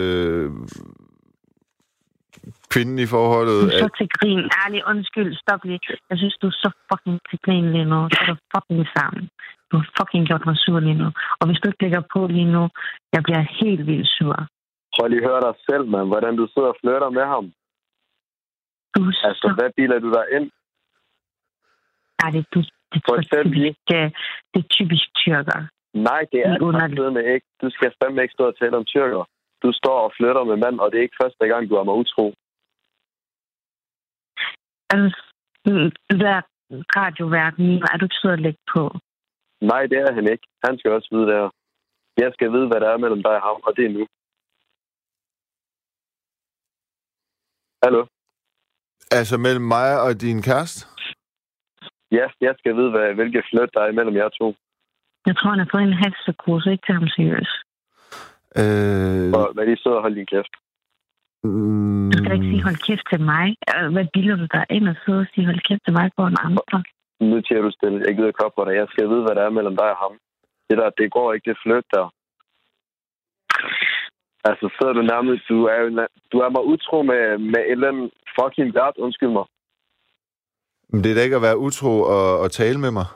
kvinden i forholdet? Du er så til grin. Ærlig, undskyld, stop lige. Jeg synes, du er så fucking til grin lige nu. Så er du fucking sammen. Du har fucking gjort mig sur lige nu. Og hvis du ikke lægger på lige nu, jeg bliver helt vildt sur. Prøv lige at høre dig selv, mand. Hvordan du sidder og flytter med ham. Altså, hvad biler du der ind? Nej, det er typisk tyrker. Nej, det er faktisk ikke. Du skal fandme ikke stå og tale om tyrker. Du står og flytter med mand, og det er ikke første gang, du er mig utro. Altså, du der radioverden, er du ikke sød at lægge på? Nej, det er han ikke. Han skal også vide det her. Jeg skal vide, hvad der er mellem dig og ham, og det er nu. Hallo? Altså mellem mig og din kæreste? Ja, jeg skal vide, hvilke flirt der er imellem jer to. Jeg tror, han har fået en halsterkurs, ikke til ham seriøst. Hvad de sidder og holder din kæft? Du skal ikke sige, hold kæft til mig. Hvad bilder du der ind og sidde og sige, hold kæft til mig på en andre? Nu siger du stille. Jeg gider ikke op på dig. Jeg skal vide, hvad der er mellem dig og ham. Det går ikke, det flirt der. Altså, sidder du nærmest... Du er mig utro med et eller andet fucking vært. Undskyld mig. Men det er da ikke at være utro og tale med mig.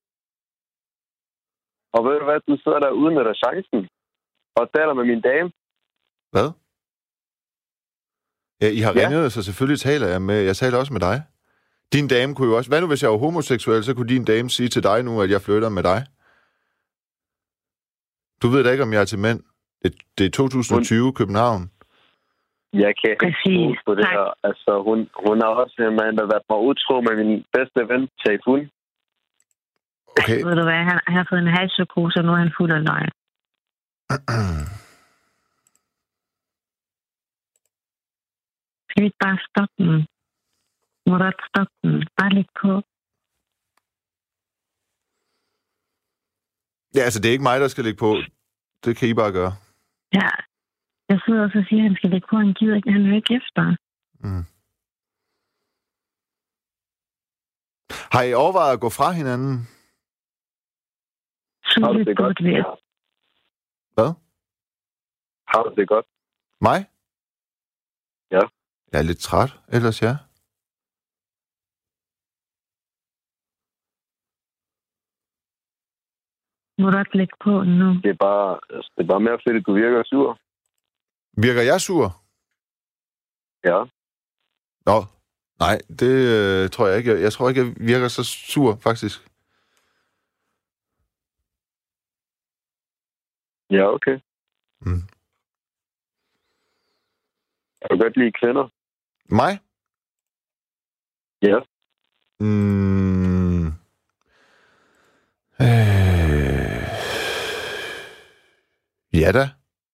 Og ved du hvad? Du sidder der uden med dig chancen. Og taler med min dame. Hvad? Ja, I har ringet, så selvfølgelig taler jeg med... Jeg taler også med dig. Din dame kunne jo også... Hvad nu, hvis jeg var homoseksuel, så kunne din dame sige til dig nu, at jeg flytter med dig? Du ved da ikke, om jeg er til mænd. Det er 2020, København. Jeg kan ikke på det her. Altså, hun har også en mand, der har været mig utro med min bedste ven, Taifun. Okay. Ved du hvad, han har fået en halspsykose, og nu er han fuld af løg. Skal vi ikke bare stoppe den? Må du ikke stoppe den? Bare læg på. Ja, altså, det er ikke mig, der skal lægge på. Det kan I bare gøre. Ja. Jeg sidder også og siger, at han skal lægge på, han gider ikke. Han er ikke efter. Mm. Har I overvejet at gå fra hinanden? Har du det godt? Hvad? Har du det godt? Mig? Ja. Jeg er lidt træt, ellers ja. Må du ikke lægge på nu? Det er bare mere fedt, at du virker sur. Virker jeg sur? Ja. Nå, nej, det tror jeg ikke. Jeg tror ikke, jeg virker så sur, faktisk. Ja, okay. Mm. Jeg kan godt lide kvinder. Mig? Ja. Ja da.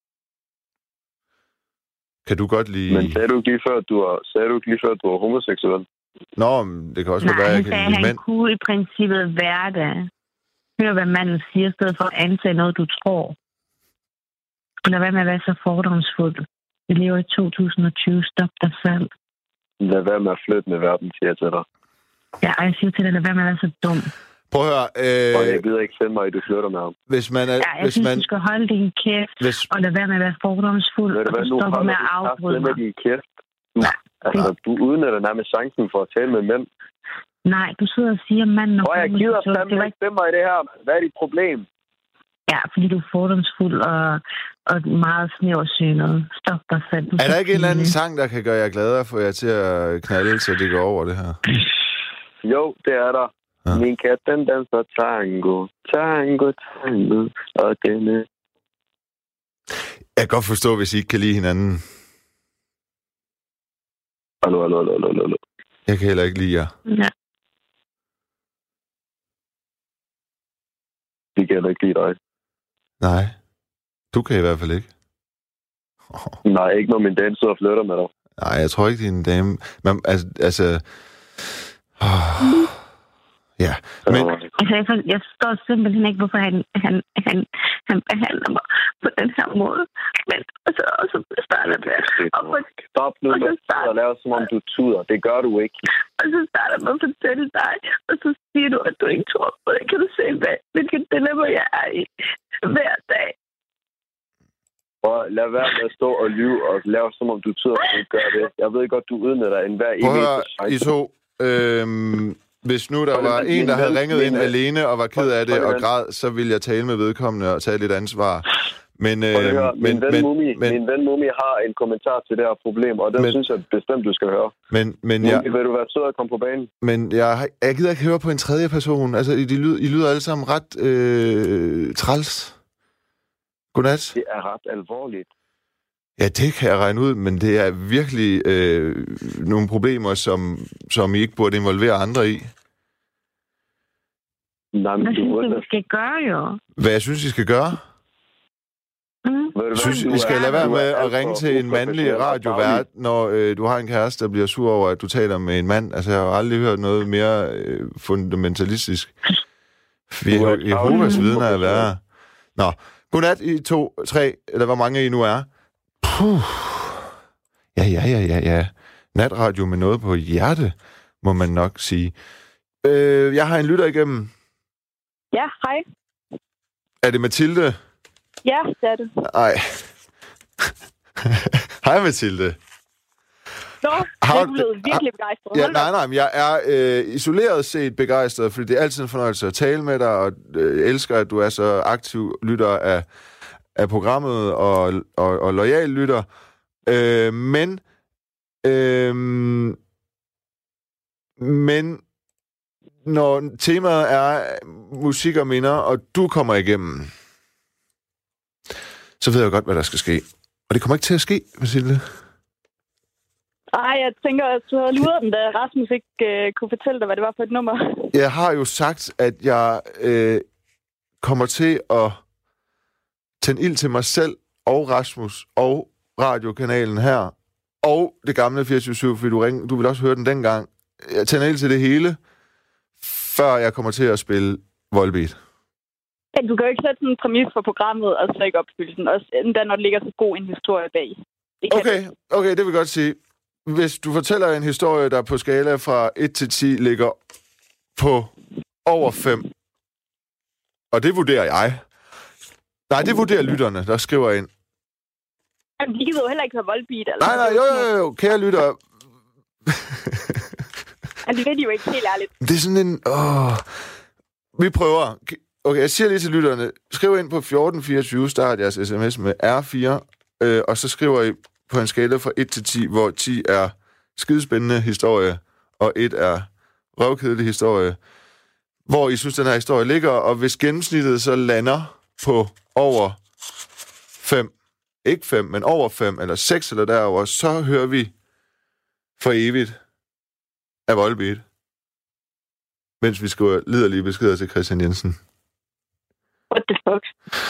Kan du godt lide... Men sagde du ikke lige før, at du var homoseksuel? Nå, det kan også være, at jeg kan lide mænd. Han kunne i princippet være det. Hør, hvad manden siger, i stedet for at antage noget, du tror. Lad være med at være så fordomsfuld. Vi lever i 2020. Stop dig selv. Lad være med at flytte med verden, siger jeg til dig. Ja, og jeg siger til dig, lad være med at være så dum. Prøv at høre. Og jeg gider ikke sende mig, at du flytter med ham. Hvis man er, ja, jeg synes, du skal holde din kæft, og lad være med at være fordomsfuld, og du stopper med at afbryde mig. Din kæft. Ja, altså, du udnytter nærmest chancen for at tale med mænd. Nej, du sidder og siger, manden... Og jeg gider fandme ikke stemme mig i det her. Hvad er dit problem? Ja, fordi du er fordomsfuld og meget snæversynet. Stop dig selv. Er der ikke en eller anden sang, der kan gøre jer gladere, for jer til at knalde, så det går over det her? Jo, det er der. Ja. Min kat, den danser tango. Tango, tango. Og denne... Jeg kan godt forstå, hvis I ikke kan lide hinanden. Hallo. Jeg kan heller ikke lide jer. Ja. Vi kan heller ikke lide dig. Nej. Du kan i hvert fald ikke. Nej, ikke når min dame sidder og flytter med dig. Nej, jeg tror ikke, din dame... Men, altså... Ja, men... Altså, jeg forstår simpelthen ikke, hvorfor han behandler mig på den her måde. Men og så starter det. Stop nu med at lave, som om du tuder. Det gør du ikke. Og så starter man at fortælle dig, og så siger du, at du ikke tror på det. Kan du se, hvilket dilemma jeg er i hver dag? Og lad være med at stå og lyve og lave, som om du tuder, at du gør det. Jeg ved godt, du udnytter enhver evig. Prøv at I to... Hvis nu der var en, der havde ringet ind alene og var ked af det og græd, så ville jeg tale med vedkommende og tage lidt ansvar. Men min ven Mumi har en kommentar til det her problem, og den synes jeg bestemt, du skal høre. Men Mumi, vil du være sød at komme på banen? Men jeg gider ikke høre på en tredje person. Altså, I lyder alle sammen ret træls. Godnat. Det er ret alvorligt. Ja, det kan jeg regne ud, men det er virkelig nogle problemer, som I ikke burde involvere andre i. Nej, men hvad synes du, vi skal gøre, jo? Hvad jeg synes, I skal gøre? Jeg synes, I skal lade være med at ringe til en mandlig radiovært, når du har en kæreste, der bliver sur over, at du taler med en mand. Altså, jeg har aldrig hørt noget mere fundamentalistisk. Jehovas vidner er værre. Nå, godnat I 2, 3, eller hvor mange I nu er. Puh. Ja. Natradio med noget på hjerte, må man nok sige. Jeg har en lytter igennem. Ja, hej. Er det Mathilde? Ja, det er det. Nej. Hej Mathilde. Nå, jeg blev virkelig begejstret. Ja, nej, men jeg er isoleret set begejstret, fordi det er altid en fornøjelse at tale med dig, og elsker, at du er så aktiv lytter af programmet og loyal lytter. Men når temaet er musik og minder, og du kommer igennem, så ved jeg godt, hvad der skal ske. Og det kommer ikke til at ske, Mathilde. Ej, jeg tænker, at du havde luret den, da Rasmus ikke kunne fortælle dig, hvad det var for et nummer. Jeg har jo sagt, at jeg kommer til at tænde ild til mig selv og Rasmus og radiokanalen her, og det gamle 24/7, fordi du vil også høre den dengang. Jeg tænder ild til det hele, før jeg kommer til at spille Volbeat. Ja, du kan jo ikke sætte en præmis for programmet, og så ikke opfylde den, også endda når der ligger så god en historie bag. Okay, det vil jeg godt sige. Hvis du fortæller en historie, der på skala fra 1 til 10 ligger på over 5, og det vurderer jeg. Nej, det vurderer lytterne, der skriver ind. Jamen, de gider jo heller ikke høre Volbeat. Nej, jo, kære lyttere. Men det ved de jo ikke, helt ærligt. Det er sådan en... Vi prøver. Okay, jeg siger lige til lytterne. Skriv ind på 1424, start jeres sms med R4, og så skriver I på en skala fra 1 til 10, hvor 10 er skidespændende historie, og 1 er røvkedelig historie, hvor I synes, den her historie ligger, og hvis gennemsnittet så lander på over 5, ikke 5, men over 5, eller 6 eller derover, så hører vi for evigt af Volbeat, mens vi skriver liderlige beskeder til Christian Jensen. What the fuck?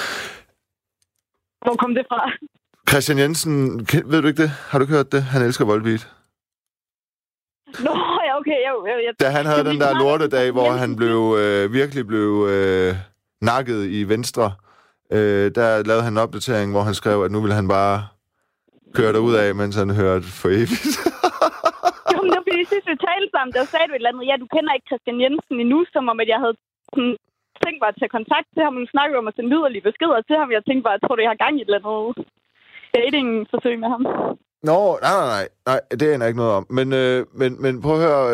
Hvor kom det fra? Christian Jensen, ved du ikke det? Har du ikke hørt det? Han elsker Volbeat. Nå, ja, okay. Da han havde den der lortedag, hvor han virkelig blev nakket i Venstre, der lavede han en opdatering, hvor han skrev, at nu ville han bare køre derud af, mens han hørte for evigt. Jo, men det var fordi sidst vi talte sammen, der sagde du et eller andet, ja, du kender ikke Christian Jensen endnu, som om at jeg havde tænkt bare at tage kontakt til ham, og nu snakker om at sende lyderlige beskeder til ham. Jeg tænkte bare, jeg tror, jeg har gang i et eller andet dating-forsøg med ham. Nå, nej, det er jeg ikke noget om. Men prøv at høre,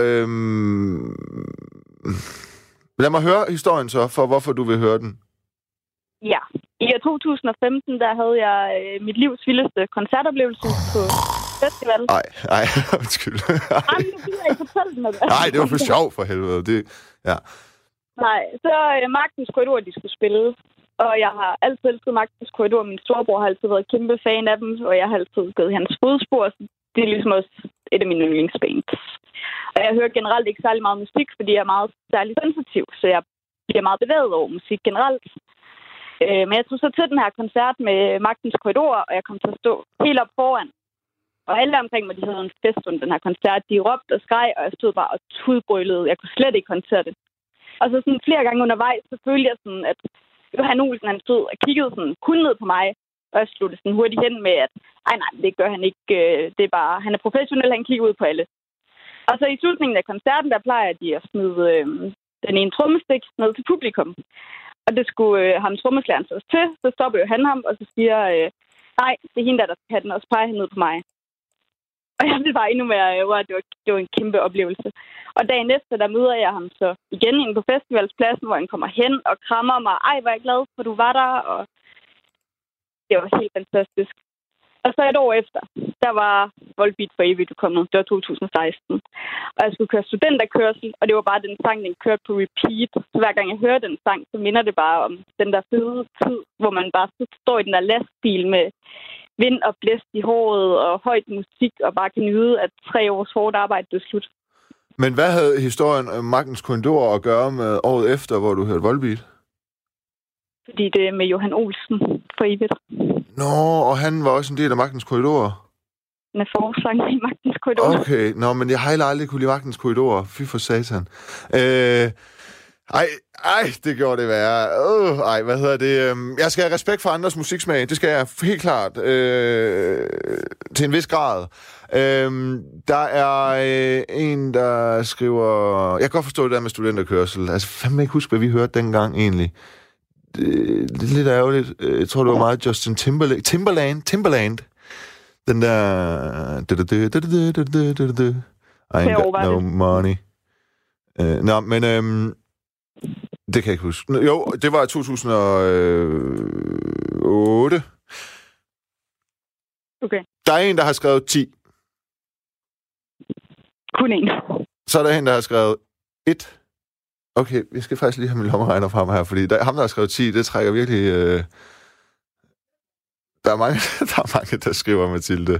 lad mig høre historien så, for hvorfor du vil høre den. Ja. I 2015, der havde jeg mit livs vildeste koncertoplevelse på festival. Nej, undskyld. Jamen, nu gider jeg ikke fortælle den. Nej, det var for sjov for helvede. Det, ja. Nej, så Magtens Korridor, de skulle spille. Og jeg har altid elsket Magtens Korridor. Min storebror har altid været kæmpe fan af dem, og jeg har altid gået i hans fodspor. Det er ligesom også et af mine yndlingsbands. Og jeg hører generelt ikke særlig meget musik, fordi jeg er meget særlig sensitiv, så jeg bliver meget bevæget over musik generelt. Men jeg tog så til den her koncert med Magtens Korridor, og jeg kom til at stå helt op foran. Og alle omkring mig, de havde en fest under den her koncert. De råbte og skreg, og jeg stod bare og tudbrølede. Jeg kunne slet ikke håndtere det. Og så sådan flere gange undervejs, så følte jeg sådan, at Johan Olsen, han stod og kiggede sådan kun ned på mig. Og jeg sluttede sådan hurtigt hen med, at nej, det gør han ikke. Det er bare, han er professionel, han kigger ud på alle. Og så i slutningen af koncerten, der plejer de at smide den ene trommestik ned til publikum. Og det skulle ham trommeslageren så til. Så stopper jo han ham, og så siger, nej, det er hende, der skal have den, og så peger han ned på mig. Og jeg blev bare endnu mere, det var en kæmpe oplevelse. Og dagen efter, der møder jeg ham så igen inde på festivalspladsen, hvor han kommer hen og krammer mig. Ej, hvor er jeg glad for, du var der, og det var helt fantastisk. Og så et år efter, der var Volbeat for evigt kommet. Det var 2016. Og jeg skulle køre studenterkørsel, og det var bare den sang, den kørte på repeat. Så hver gang jeg hører den sang, så minder det bare om den der fede tid, hvor man bare står i den der lastbil med vind og blæst i håret og højt musik, og bare kan nyde, at 3 års hårdt arbejde blev slut. Men hvad havde historien om Magtens Korridor at gøre med året efter, hvor du hørte Volbeat? Fordi det er med Johan Olsen for evigt. Nå, og han var også en del af Magtens Korridor? Han er forsanger i Magtens Korridor. Okay, men jeg har heller aldrig kunne lide Magtens Korridor. Fy for satan. Det gjorde det værre. Hvad hedder det? Jeg skal have respekt for andres musiksmag. Det skal jeg helt klart. Til en vis grad. Der er en, der skriver... Jeg kan godt forstå det der med studenterkørsel. Altså, fandme ikke huske, hvad vi hørte dengang egentlig. Det er lidt ærgerligt. Jeg tror, det var meget Justin Timberland. Den der... I ain't got no money. Men... det kan jeg ikke huske. Jo, det var 2008. Okay. Der er en, der har skrevet 10. Kun en. Så er der en, der har skrevet 1. Okay, jeg skal faktisk lige have min lommeregner frem her, fordi ham, der har skrevet 10, det trækker virkelig... Der er mange, der skriver, Mathilde.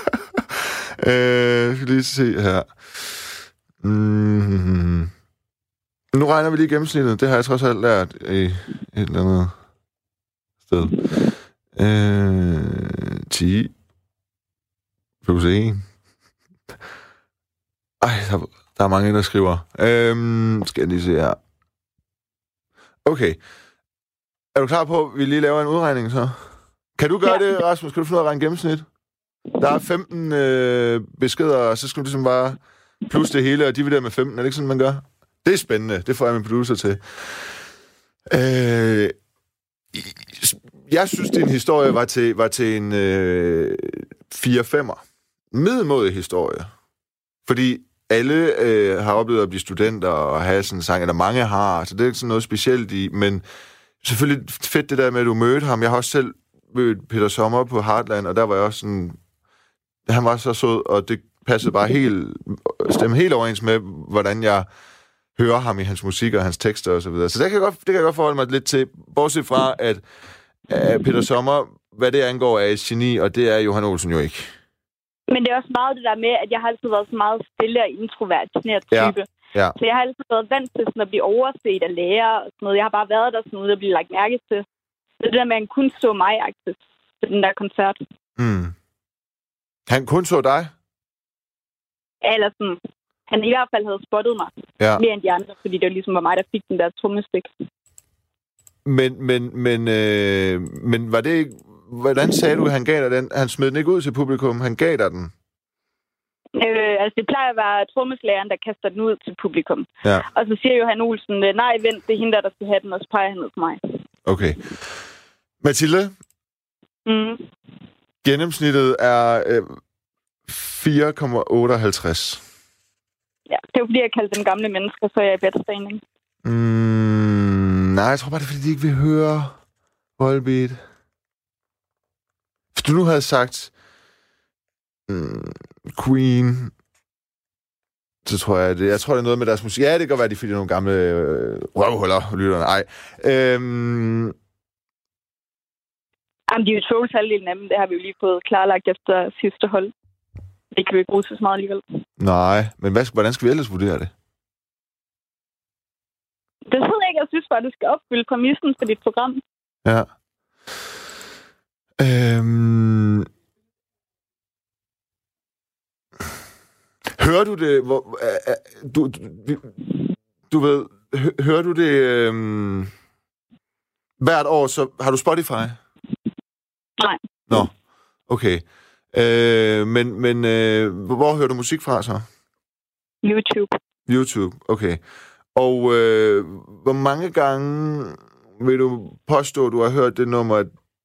Jeg skal lige se her. Nu regner vi lige gennemsnittet. Det har jeg trods alt lært i et eller andet sted. 10 plus 1. Der er mange, der skriver. Skal jeg lige se her. Okay. Er du klar på, at vi lige laver en udregning så? Kan du gøre det, Rasmus? Kan du finde ud af at regne gennemsnit? Der er 15 beskeder, og så skal du ligesom bare plus det hele og dividere med 15. Er det ikke sådan, man gør? Det er spændende. Det får jeg min producer til. Jeg synes, din historie var til en 4-5'er. Middelmådig historie. Fordi alle har oplevet at blive studenter og have sådan en sang, eller mange har, så det er ikke sådan noget specielt i, men selvfølgelig fedt det der med, at du mødte ham. Jeg har også selv mødt Peter Sommer på Heartland, og der var jeg også sådan... Han var så sød, og det passede bare stemme helt overens med, hvordan jeg hører ham i hans musik og hans tekster og så videre. Så det kan jeg godt forholde mig lidt til, bortset fra, at Peter Sommer, hvad det angår, er et geni, og det er Johan Olsen jo ikke. Men det er også meget det der med, at jeg har altid været så meget stille og introvert type. Ja. Så jeg har altid været vant til sådan at blive overset af lærer og sådan noget. Jeg har bare været der sådan noget, at blive lagt mærke til. Så det der med, at han kun så mig-agtigt til den der koncert. Mm. Han kun så dig? Eller sådan, han i hvert fald havde spottet mig mere end de andre, fordi det var ligesom var mig, der fik den der trommestik. Men var det ikke... Hvordan sagde du, at han gav dig den? Han smed den ikke ud til publikum, han gav dig den? Altså, det plejer at være trommeslageren, der kaster den ud til publikum. Ja. Og så siger Johan Olsen, nej, vent, det er hende, der skal have den, og så peger han ud på mig. Okay. Mathilde? Gennemsnittet er 4,58. Ja, det er fordi, jeg kalder dem gamle mennesker, så er jeg i bedstræning. Nej, jeg tror bare, det er fordi, de ikke vil høre Volbeat. Hvis du nu havde sagt Queen, så tror jeg, det er noget med deres musik. Ja, det kan godt være, de fordi nogle gamle røvhuller, lytterne. Ej. Jamen, de er jo Trolls halvdelen af dem. Det har vi jo lige fået klarlagt efter sidste hold. Det kan vi ikke bruge til så meget alligevel. Nej, men hvordan skal vi ellers vurdere det? Det ved jeg ikke. Jeg synes bare, du skal opfylde præmissen for dit program. Ja. Hører du det... Du ved... Hører du det... hvert år, så... Har du Spotify? Nej. Nå, okay. Men hvor hører du musik fra så? YouTube. YouTube, okay. Og hvor mange gange vil du påstå, at du har hørt det nummer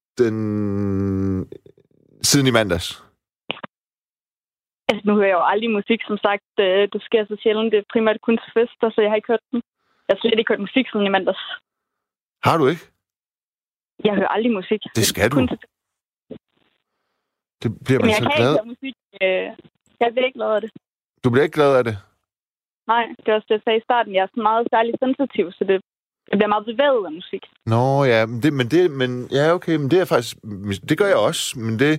siden i mandags? Altså, nu hører jeg jo aldrig musik, som sagt. Det sker så sjældent. Det er primært kun til fester, så jeg har ikke hørt den. Jeg har slet ikke hørt musik siden i mandags. Har du ikke? Jeg hører aldrig musik. Det skal du. Det bliver man så glad. Jeg kan ikke høre musik. Jeg bliver ikke glad af det. Du bliver ikke glad af det? Nej, det er også det, jeg sagde i starten. Jeg er sådan meget særligt sensitiv, så det bliver meget bevæget af musik. Nå, ja, men ja, okay, men det er faktisk... Det gør jeg også, men det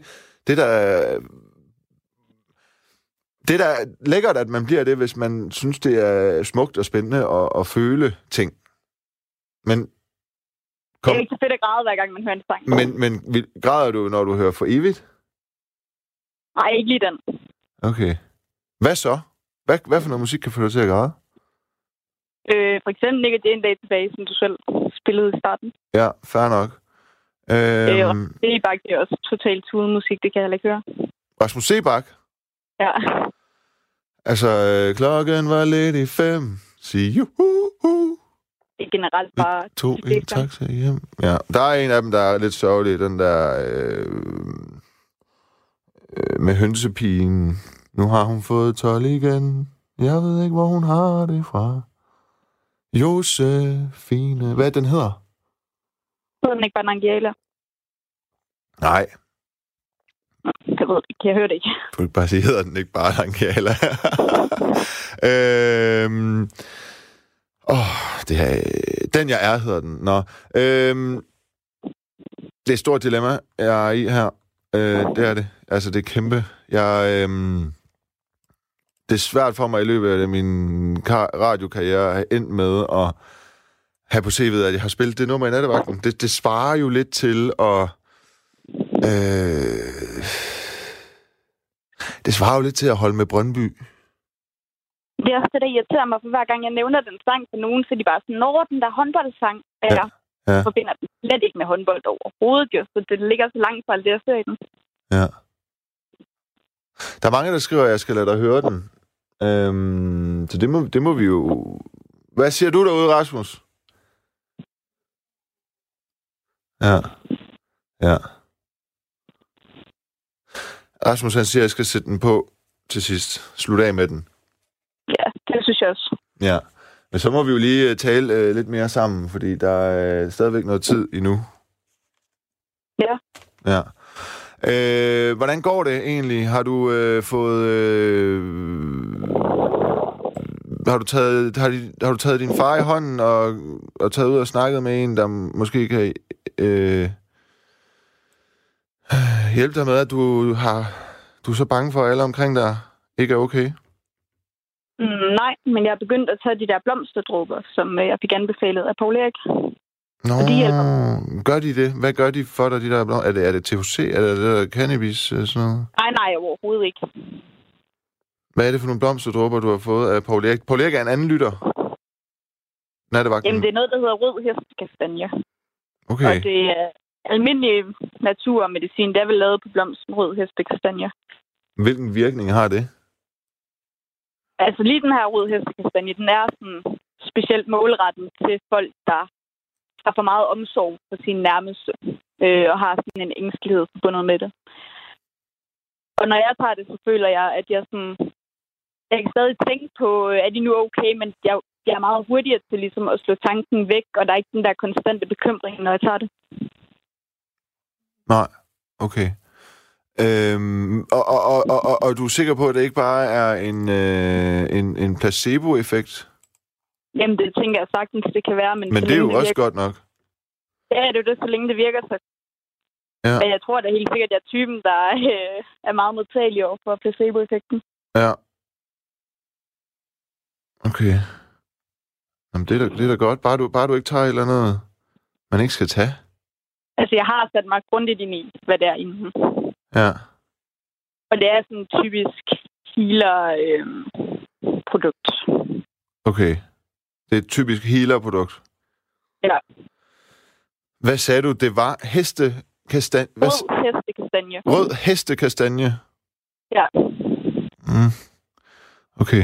der er lækkert, at man bliver det, hvis man synes, det er smukt og spændende at føle ting. Men... Det er ikke så fedt at græde, hver gang man hører en sang. Men græder du, når du hører For Evigt? Nej, ikke lige den. Okay. Hvad så? Hvad for noget musik kan få dig til at græde? For eksempel Nick og Jay en dag tilbage, som du selv spillede i starten. Ja, fair nok. Sebak, det er også totalt tudet musik, det kan jeg heller ikke høre. Rasmus Sebak? Ja. Altså, klokken var lidt i 5. Sig juhu. Det er generelt bare... Vi tog en taxa hjem. Ja, der er en af dem, der er lidt sørgelig. Den der... med hønsepigen. Nu har hun fået 12 igen. Jeg ved ikke, hvor hun har det fra. Josefine. Hvad den hedder? Hedder den ikke bare Nangiala? Nej. Jeg ved det ikke. Jeg hører det ikke. Du kan ikke bare sige, hedder den ikke bare Nangiala? det er... Den jeg er, hedder den. Nå. Det er et stort dilemma, jeg er i her. Det er det. Altså, det er kæmpe. Det er svært for mig i løbet af min radiokarriere at have endt med at have på CV'et, at jeg har spillet det nummer i nattevagten. Det svarer jo lidt til at... det svarer jo lidt til at holde med Brøndby. Det er også det, der irriterer mig, for hver gang jeg nævner den sang til nogen, så er de bare sådan, når den der håndboldsang, jeg forbinder den slet ikke med håndbold overhovedet, jo, så det ligger så langt fra alt det, jeg ser i den. Ja. Der er mange, der skriver, at jeg skal lade dig høre den. Så det må vi jo... Hvad siger du derude, Rasmus? Ja. Rasmus, han siger, at jeg skal sætte den på til sidst. Slut af med den. Ja, det synes jeg også. Ja, men så må vi jo lige tale lidt mere sammen, fordi der er stadigvæk noget tid endnu. Ja. Ja. Hvordan går det egentlig? Har du fået... Har du taget din far i hånden og taget ud og snakket med en, der måske kan hjælpe dig med, at du er så bange for, at alle omkring dig ikke er okay? Nej, men jeg er begyndt at tage de der blomsterdråber, som jeg fik anbefalet af Paul Erik. Nå, de gør de det? Hvad gør de for dig, de der blomster? Er det THC? Er det der cannabis? Sådan noget? Nej, overhovedet ikke. Hvad er det for nogle blomsterdråber, du har fået af Paul Erik? Paul Erik er en anden lytter. Nattevagten. Jamen, det er noget, der hedder rød hestekastanje. Okay. Og det er almindelig naturmedicin. Det er vel lavet på blomsten rød hestekastanje. Hvilken virkning har det? Altså lige den her rød hestekastanje, den er sådan specielt målrettet til folk, der har for meget omsorg for sine nærmeste, og har sådan en ængstelighed forbundet med det. Og når jeg tager det, så føler jeg, at jeg kan stadig tænke på, er de nu okay, men jeg er meget hurtigere til ligesom at slå tanken væk, og der er ikke den der konstante bekymring, når jeg tager det. Nej, okay. Og du er sikker på, at det ikke bare er en placebo-effekt? Jamen, det tænker jeg sagtens, det kan være. Men det er jo også godt nok. Ja, det er jo det, så længe det virker, så... Ja. Men jeg tror da helt sikkert, at jeg er typen, der er meget modtagelig over for placebo-effekten. Ja. Okay. Jamen, det er da godt. Bare du ikke tager et eller andet, man ikke skal tage. Altså, jeg har sat mig grundigt ind i, hvad det er inden. Ja. Og det er sådan en typisk healer-produkt. Okay. Det er et typisk healer-produkt? Ja. Hvad sagde du? Det var hestekastanje? Rød hestekastanje. Rød hestekastanje? Ja. Okay.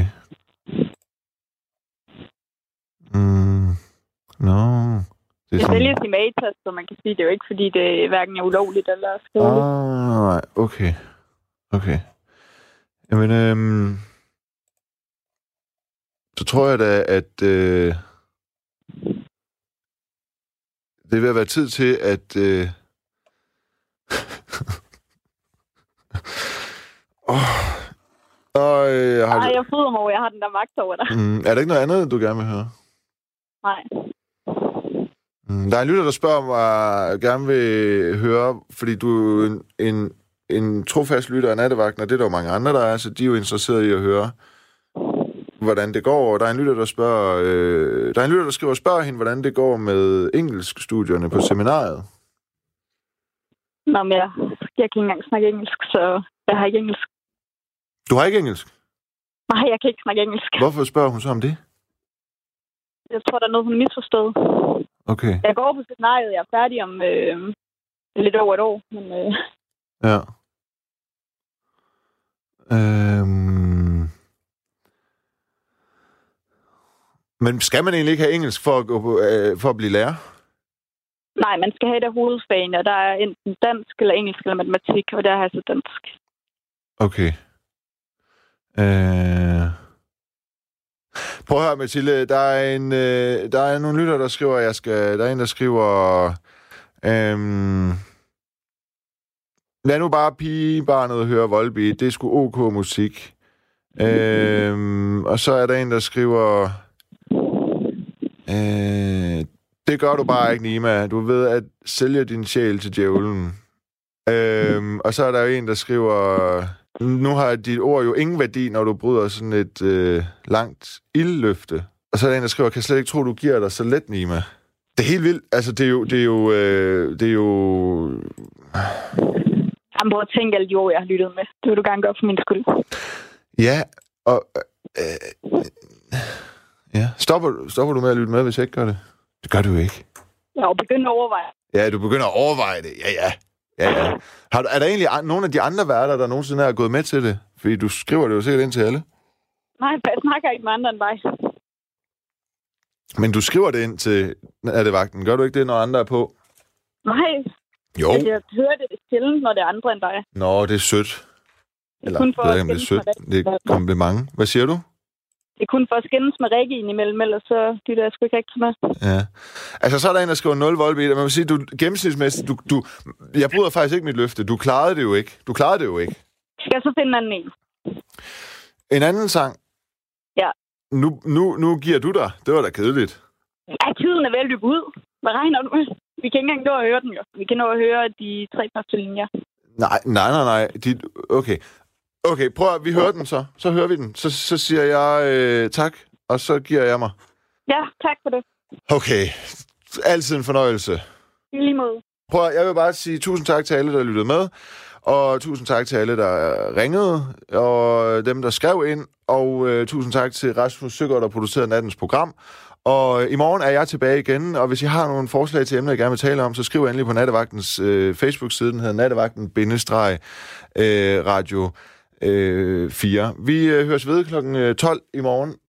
No. Det sælges i Matas, så man kan sige, det er jo ikke, fordi det hverken er ulovligt eller skadeligt. Nej, okay. Okay. Jamen, så tror jeg da, at det vil være tid til, at jeg fryder mig over, jeg har den der magt over dig. Er der ikke noget andet, du gerne vil høre? Nej. Der er en lytter, der spørger mig, gerne vil høre, fordi du er en trofast lytter af Nattevagten, og det er der jo mange andre, der er, så de er jo interesserede i at høre, hvordan det går. Og der er en lytter, der spørger hende, hvordan det går med engelskstudierne på seminariet. Nå, men jeg kan ikke engang snakke engelsk, så jeg har ikke engelsk. Du har ikke engelsk? Nej, jeg kan ikke snakke engelsk. Hvorfor spørger hun så om det? Jeg tror, der er noget, hun misforstået. Okay. Jeg går på seminariet, jeg er færdig om lidt over et år. Men, Ja. Men skal man egentlig ikke have engelsk for at blive lærer? Nej, man skal have det hovedfagene, og der er enten dansk eller engelsk eller matematik, og der har jeg så dansk. Okay. Prøv at høre, Mathilde. Der er nogle lytter, der skriver, der er en, der skriver... lad nu bare pigebarnet høre Volbeat. Det er sgu ok musik. Og så er der en, der skriver... det gør du bare ikke, Nima. Du ved at sælge din sjæl til djævlen. Og så er der jo en, der skriver... Nu har dit ord jo ingen værdi, når du bryder sådan et langt ildløfte. Og så er der en, der skriver, kan slet ikke tro, du giver dig så let, Nima. Det er helt vildt. Altså, det er jo... Jeg må tænke alle de ord, jeg har lyttet med. Det vil du gerne gøre for min skyld. Ja, og... ja. Stopper du med at lytte med, hvis jeg ikke gør det? Det gør du jo ikke. Jeg begynder at overveje. Ja, du begynder at overveje det. Ja. Er der egentlig nogle af de andre værter, der nogensinde er gået med til det? Fordi du skriver det jo sikkert ind til alle. Nej, jeg snakker ikke med andre end dig. Men du skriver det ind til Nattevagten. Gør du ikke det, når andre er på? Nej. Jo. Jeg hører det sjældent, når det er andre end dig. Nå, det er sødt. Eller, det er kompliment. Hvad siger du? Det er kun for at skændes med Rikke indimellem, ellers så lytter jeg sgu ikke rigtig med. Ja. Altså, så er der en, der skriver 0 Volbeat, og man vil sige, du gennemsnitsmæssigt, jeg bryder faktisk ikke mit løfte. Du klarede det jo ikke. Skal jeg så finde en anden en? En anden sang? Ja. Nu giver du dig. Det var da kedeligt. Ja, tiden er vel løbet ud. Hvad regner du med? Vi kan ikke engang nå at høre den, jo. Vi kan nå at høre de 3 første linjer. Nej. Okay, prøv at vi hører den så. Så hører vi den. Så siger jeg tak, og så giver jeg mig. Ja, tak for det. Okay. Altid en fornøjelse. I lige måde. Jeg vil bare sige tusind tak til alle, der lyttede med. Og tusind tak til alle, der ringede, og dem, der skrev ind. Og tusind tak til Rasmus Søgaard, der producerede nattens program. Og i morgen er jeg tilbage igen, og hvis I har nogle forslag til emner, jeg gerne vil tale om, så skriv endelig på Nattevagtens Facebook-side, den hedder Nattevagten-Radio 4. Vi høres ved kl. 12 i morgen.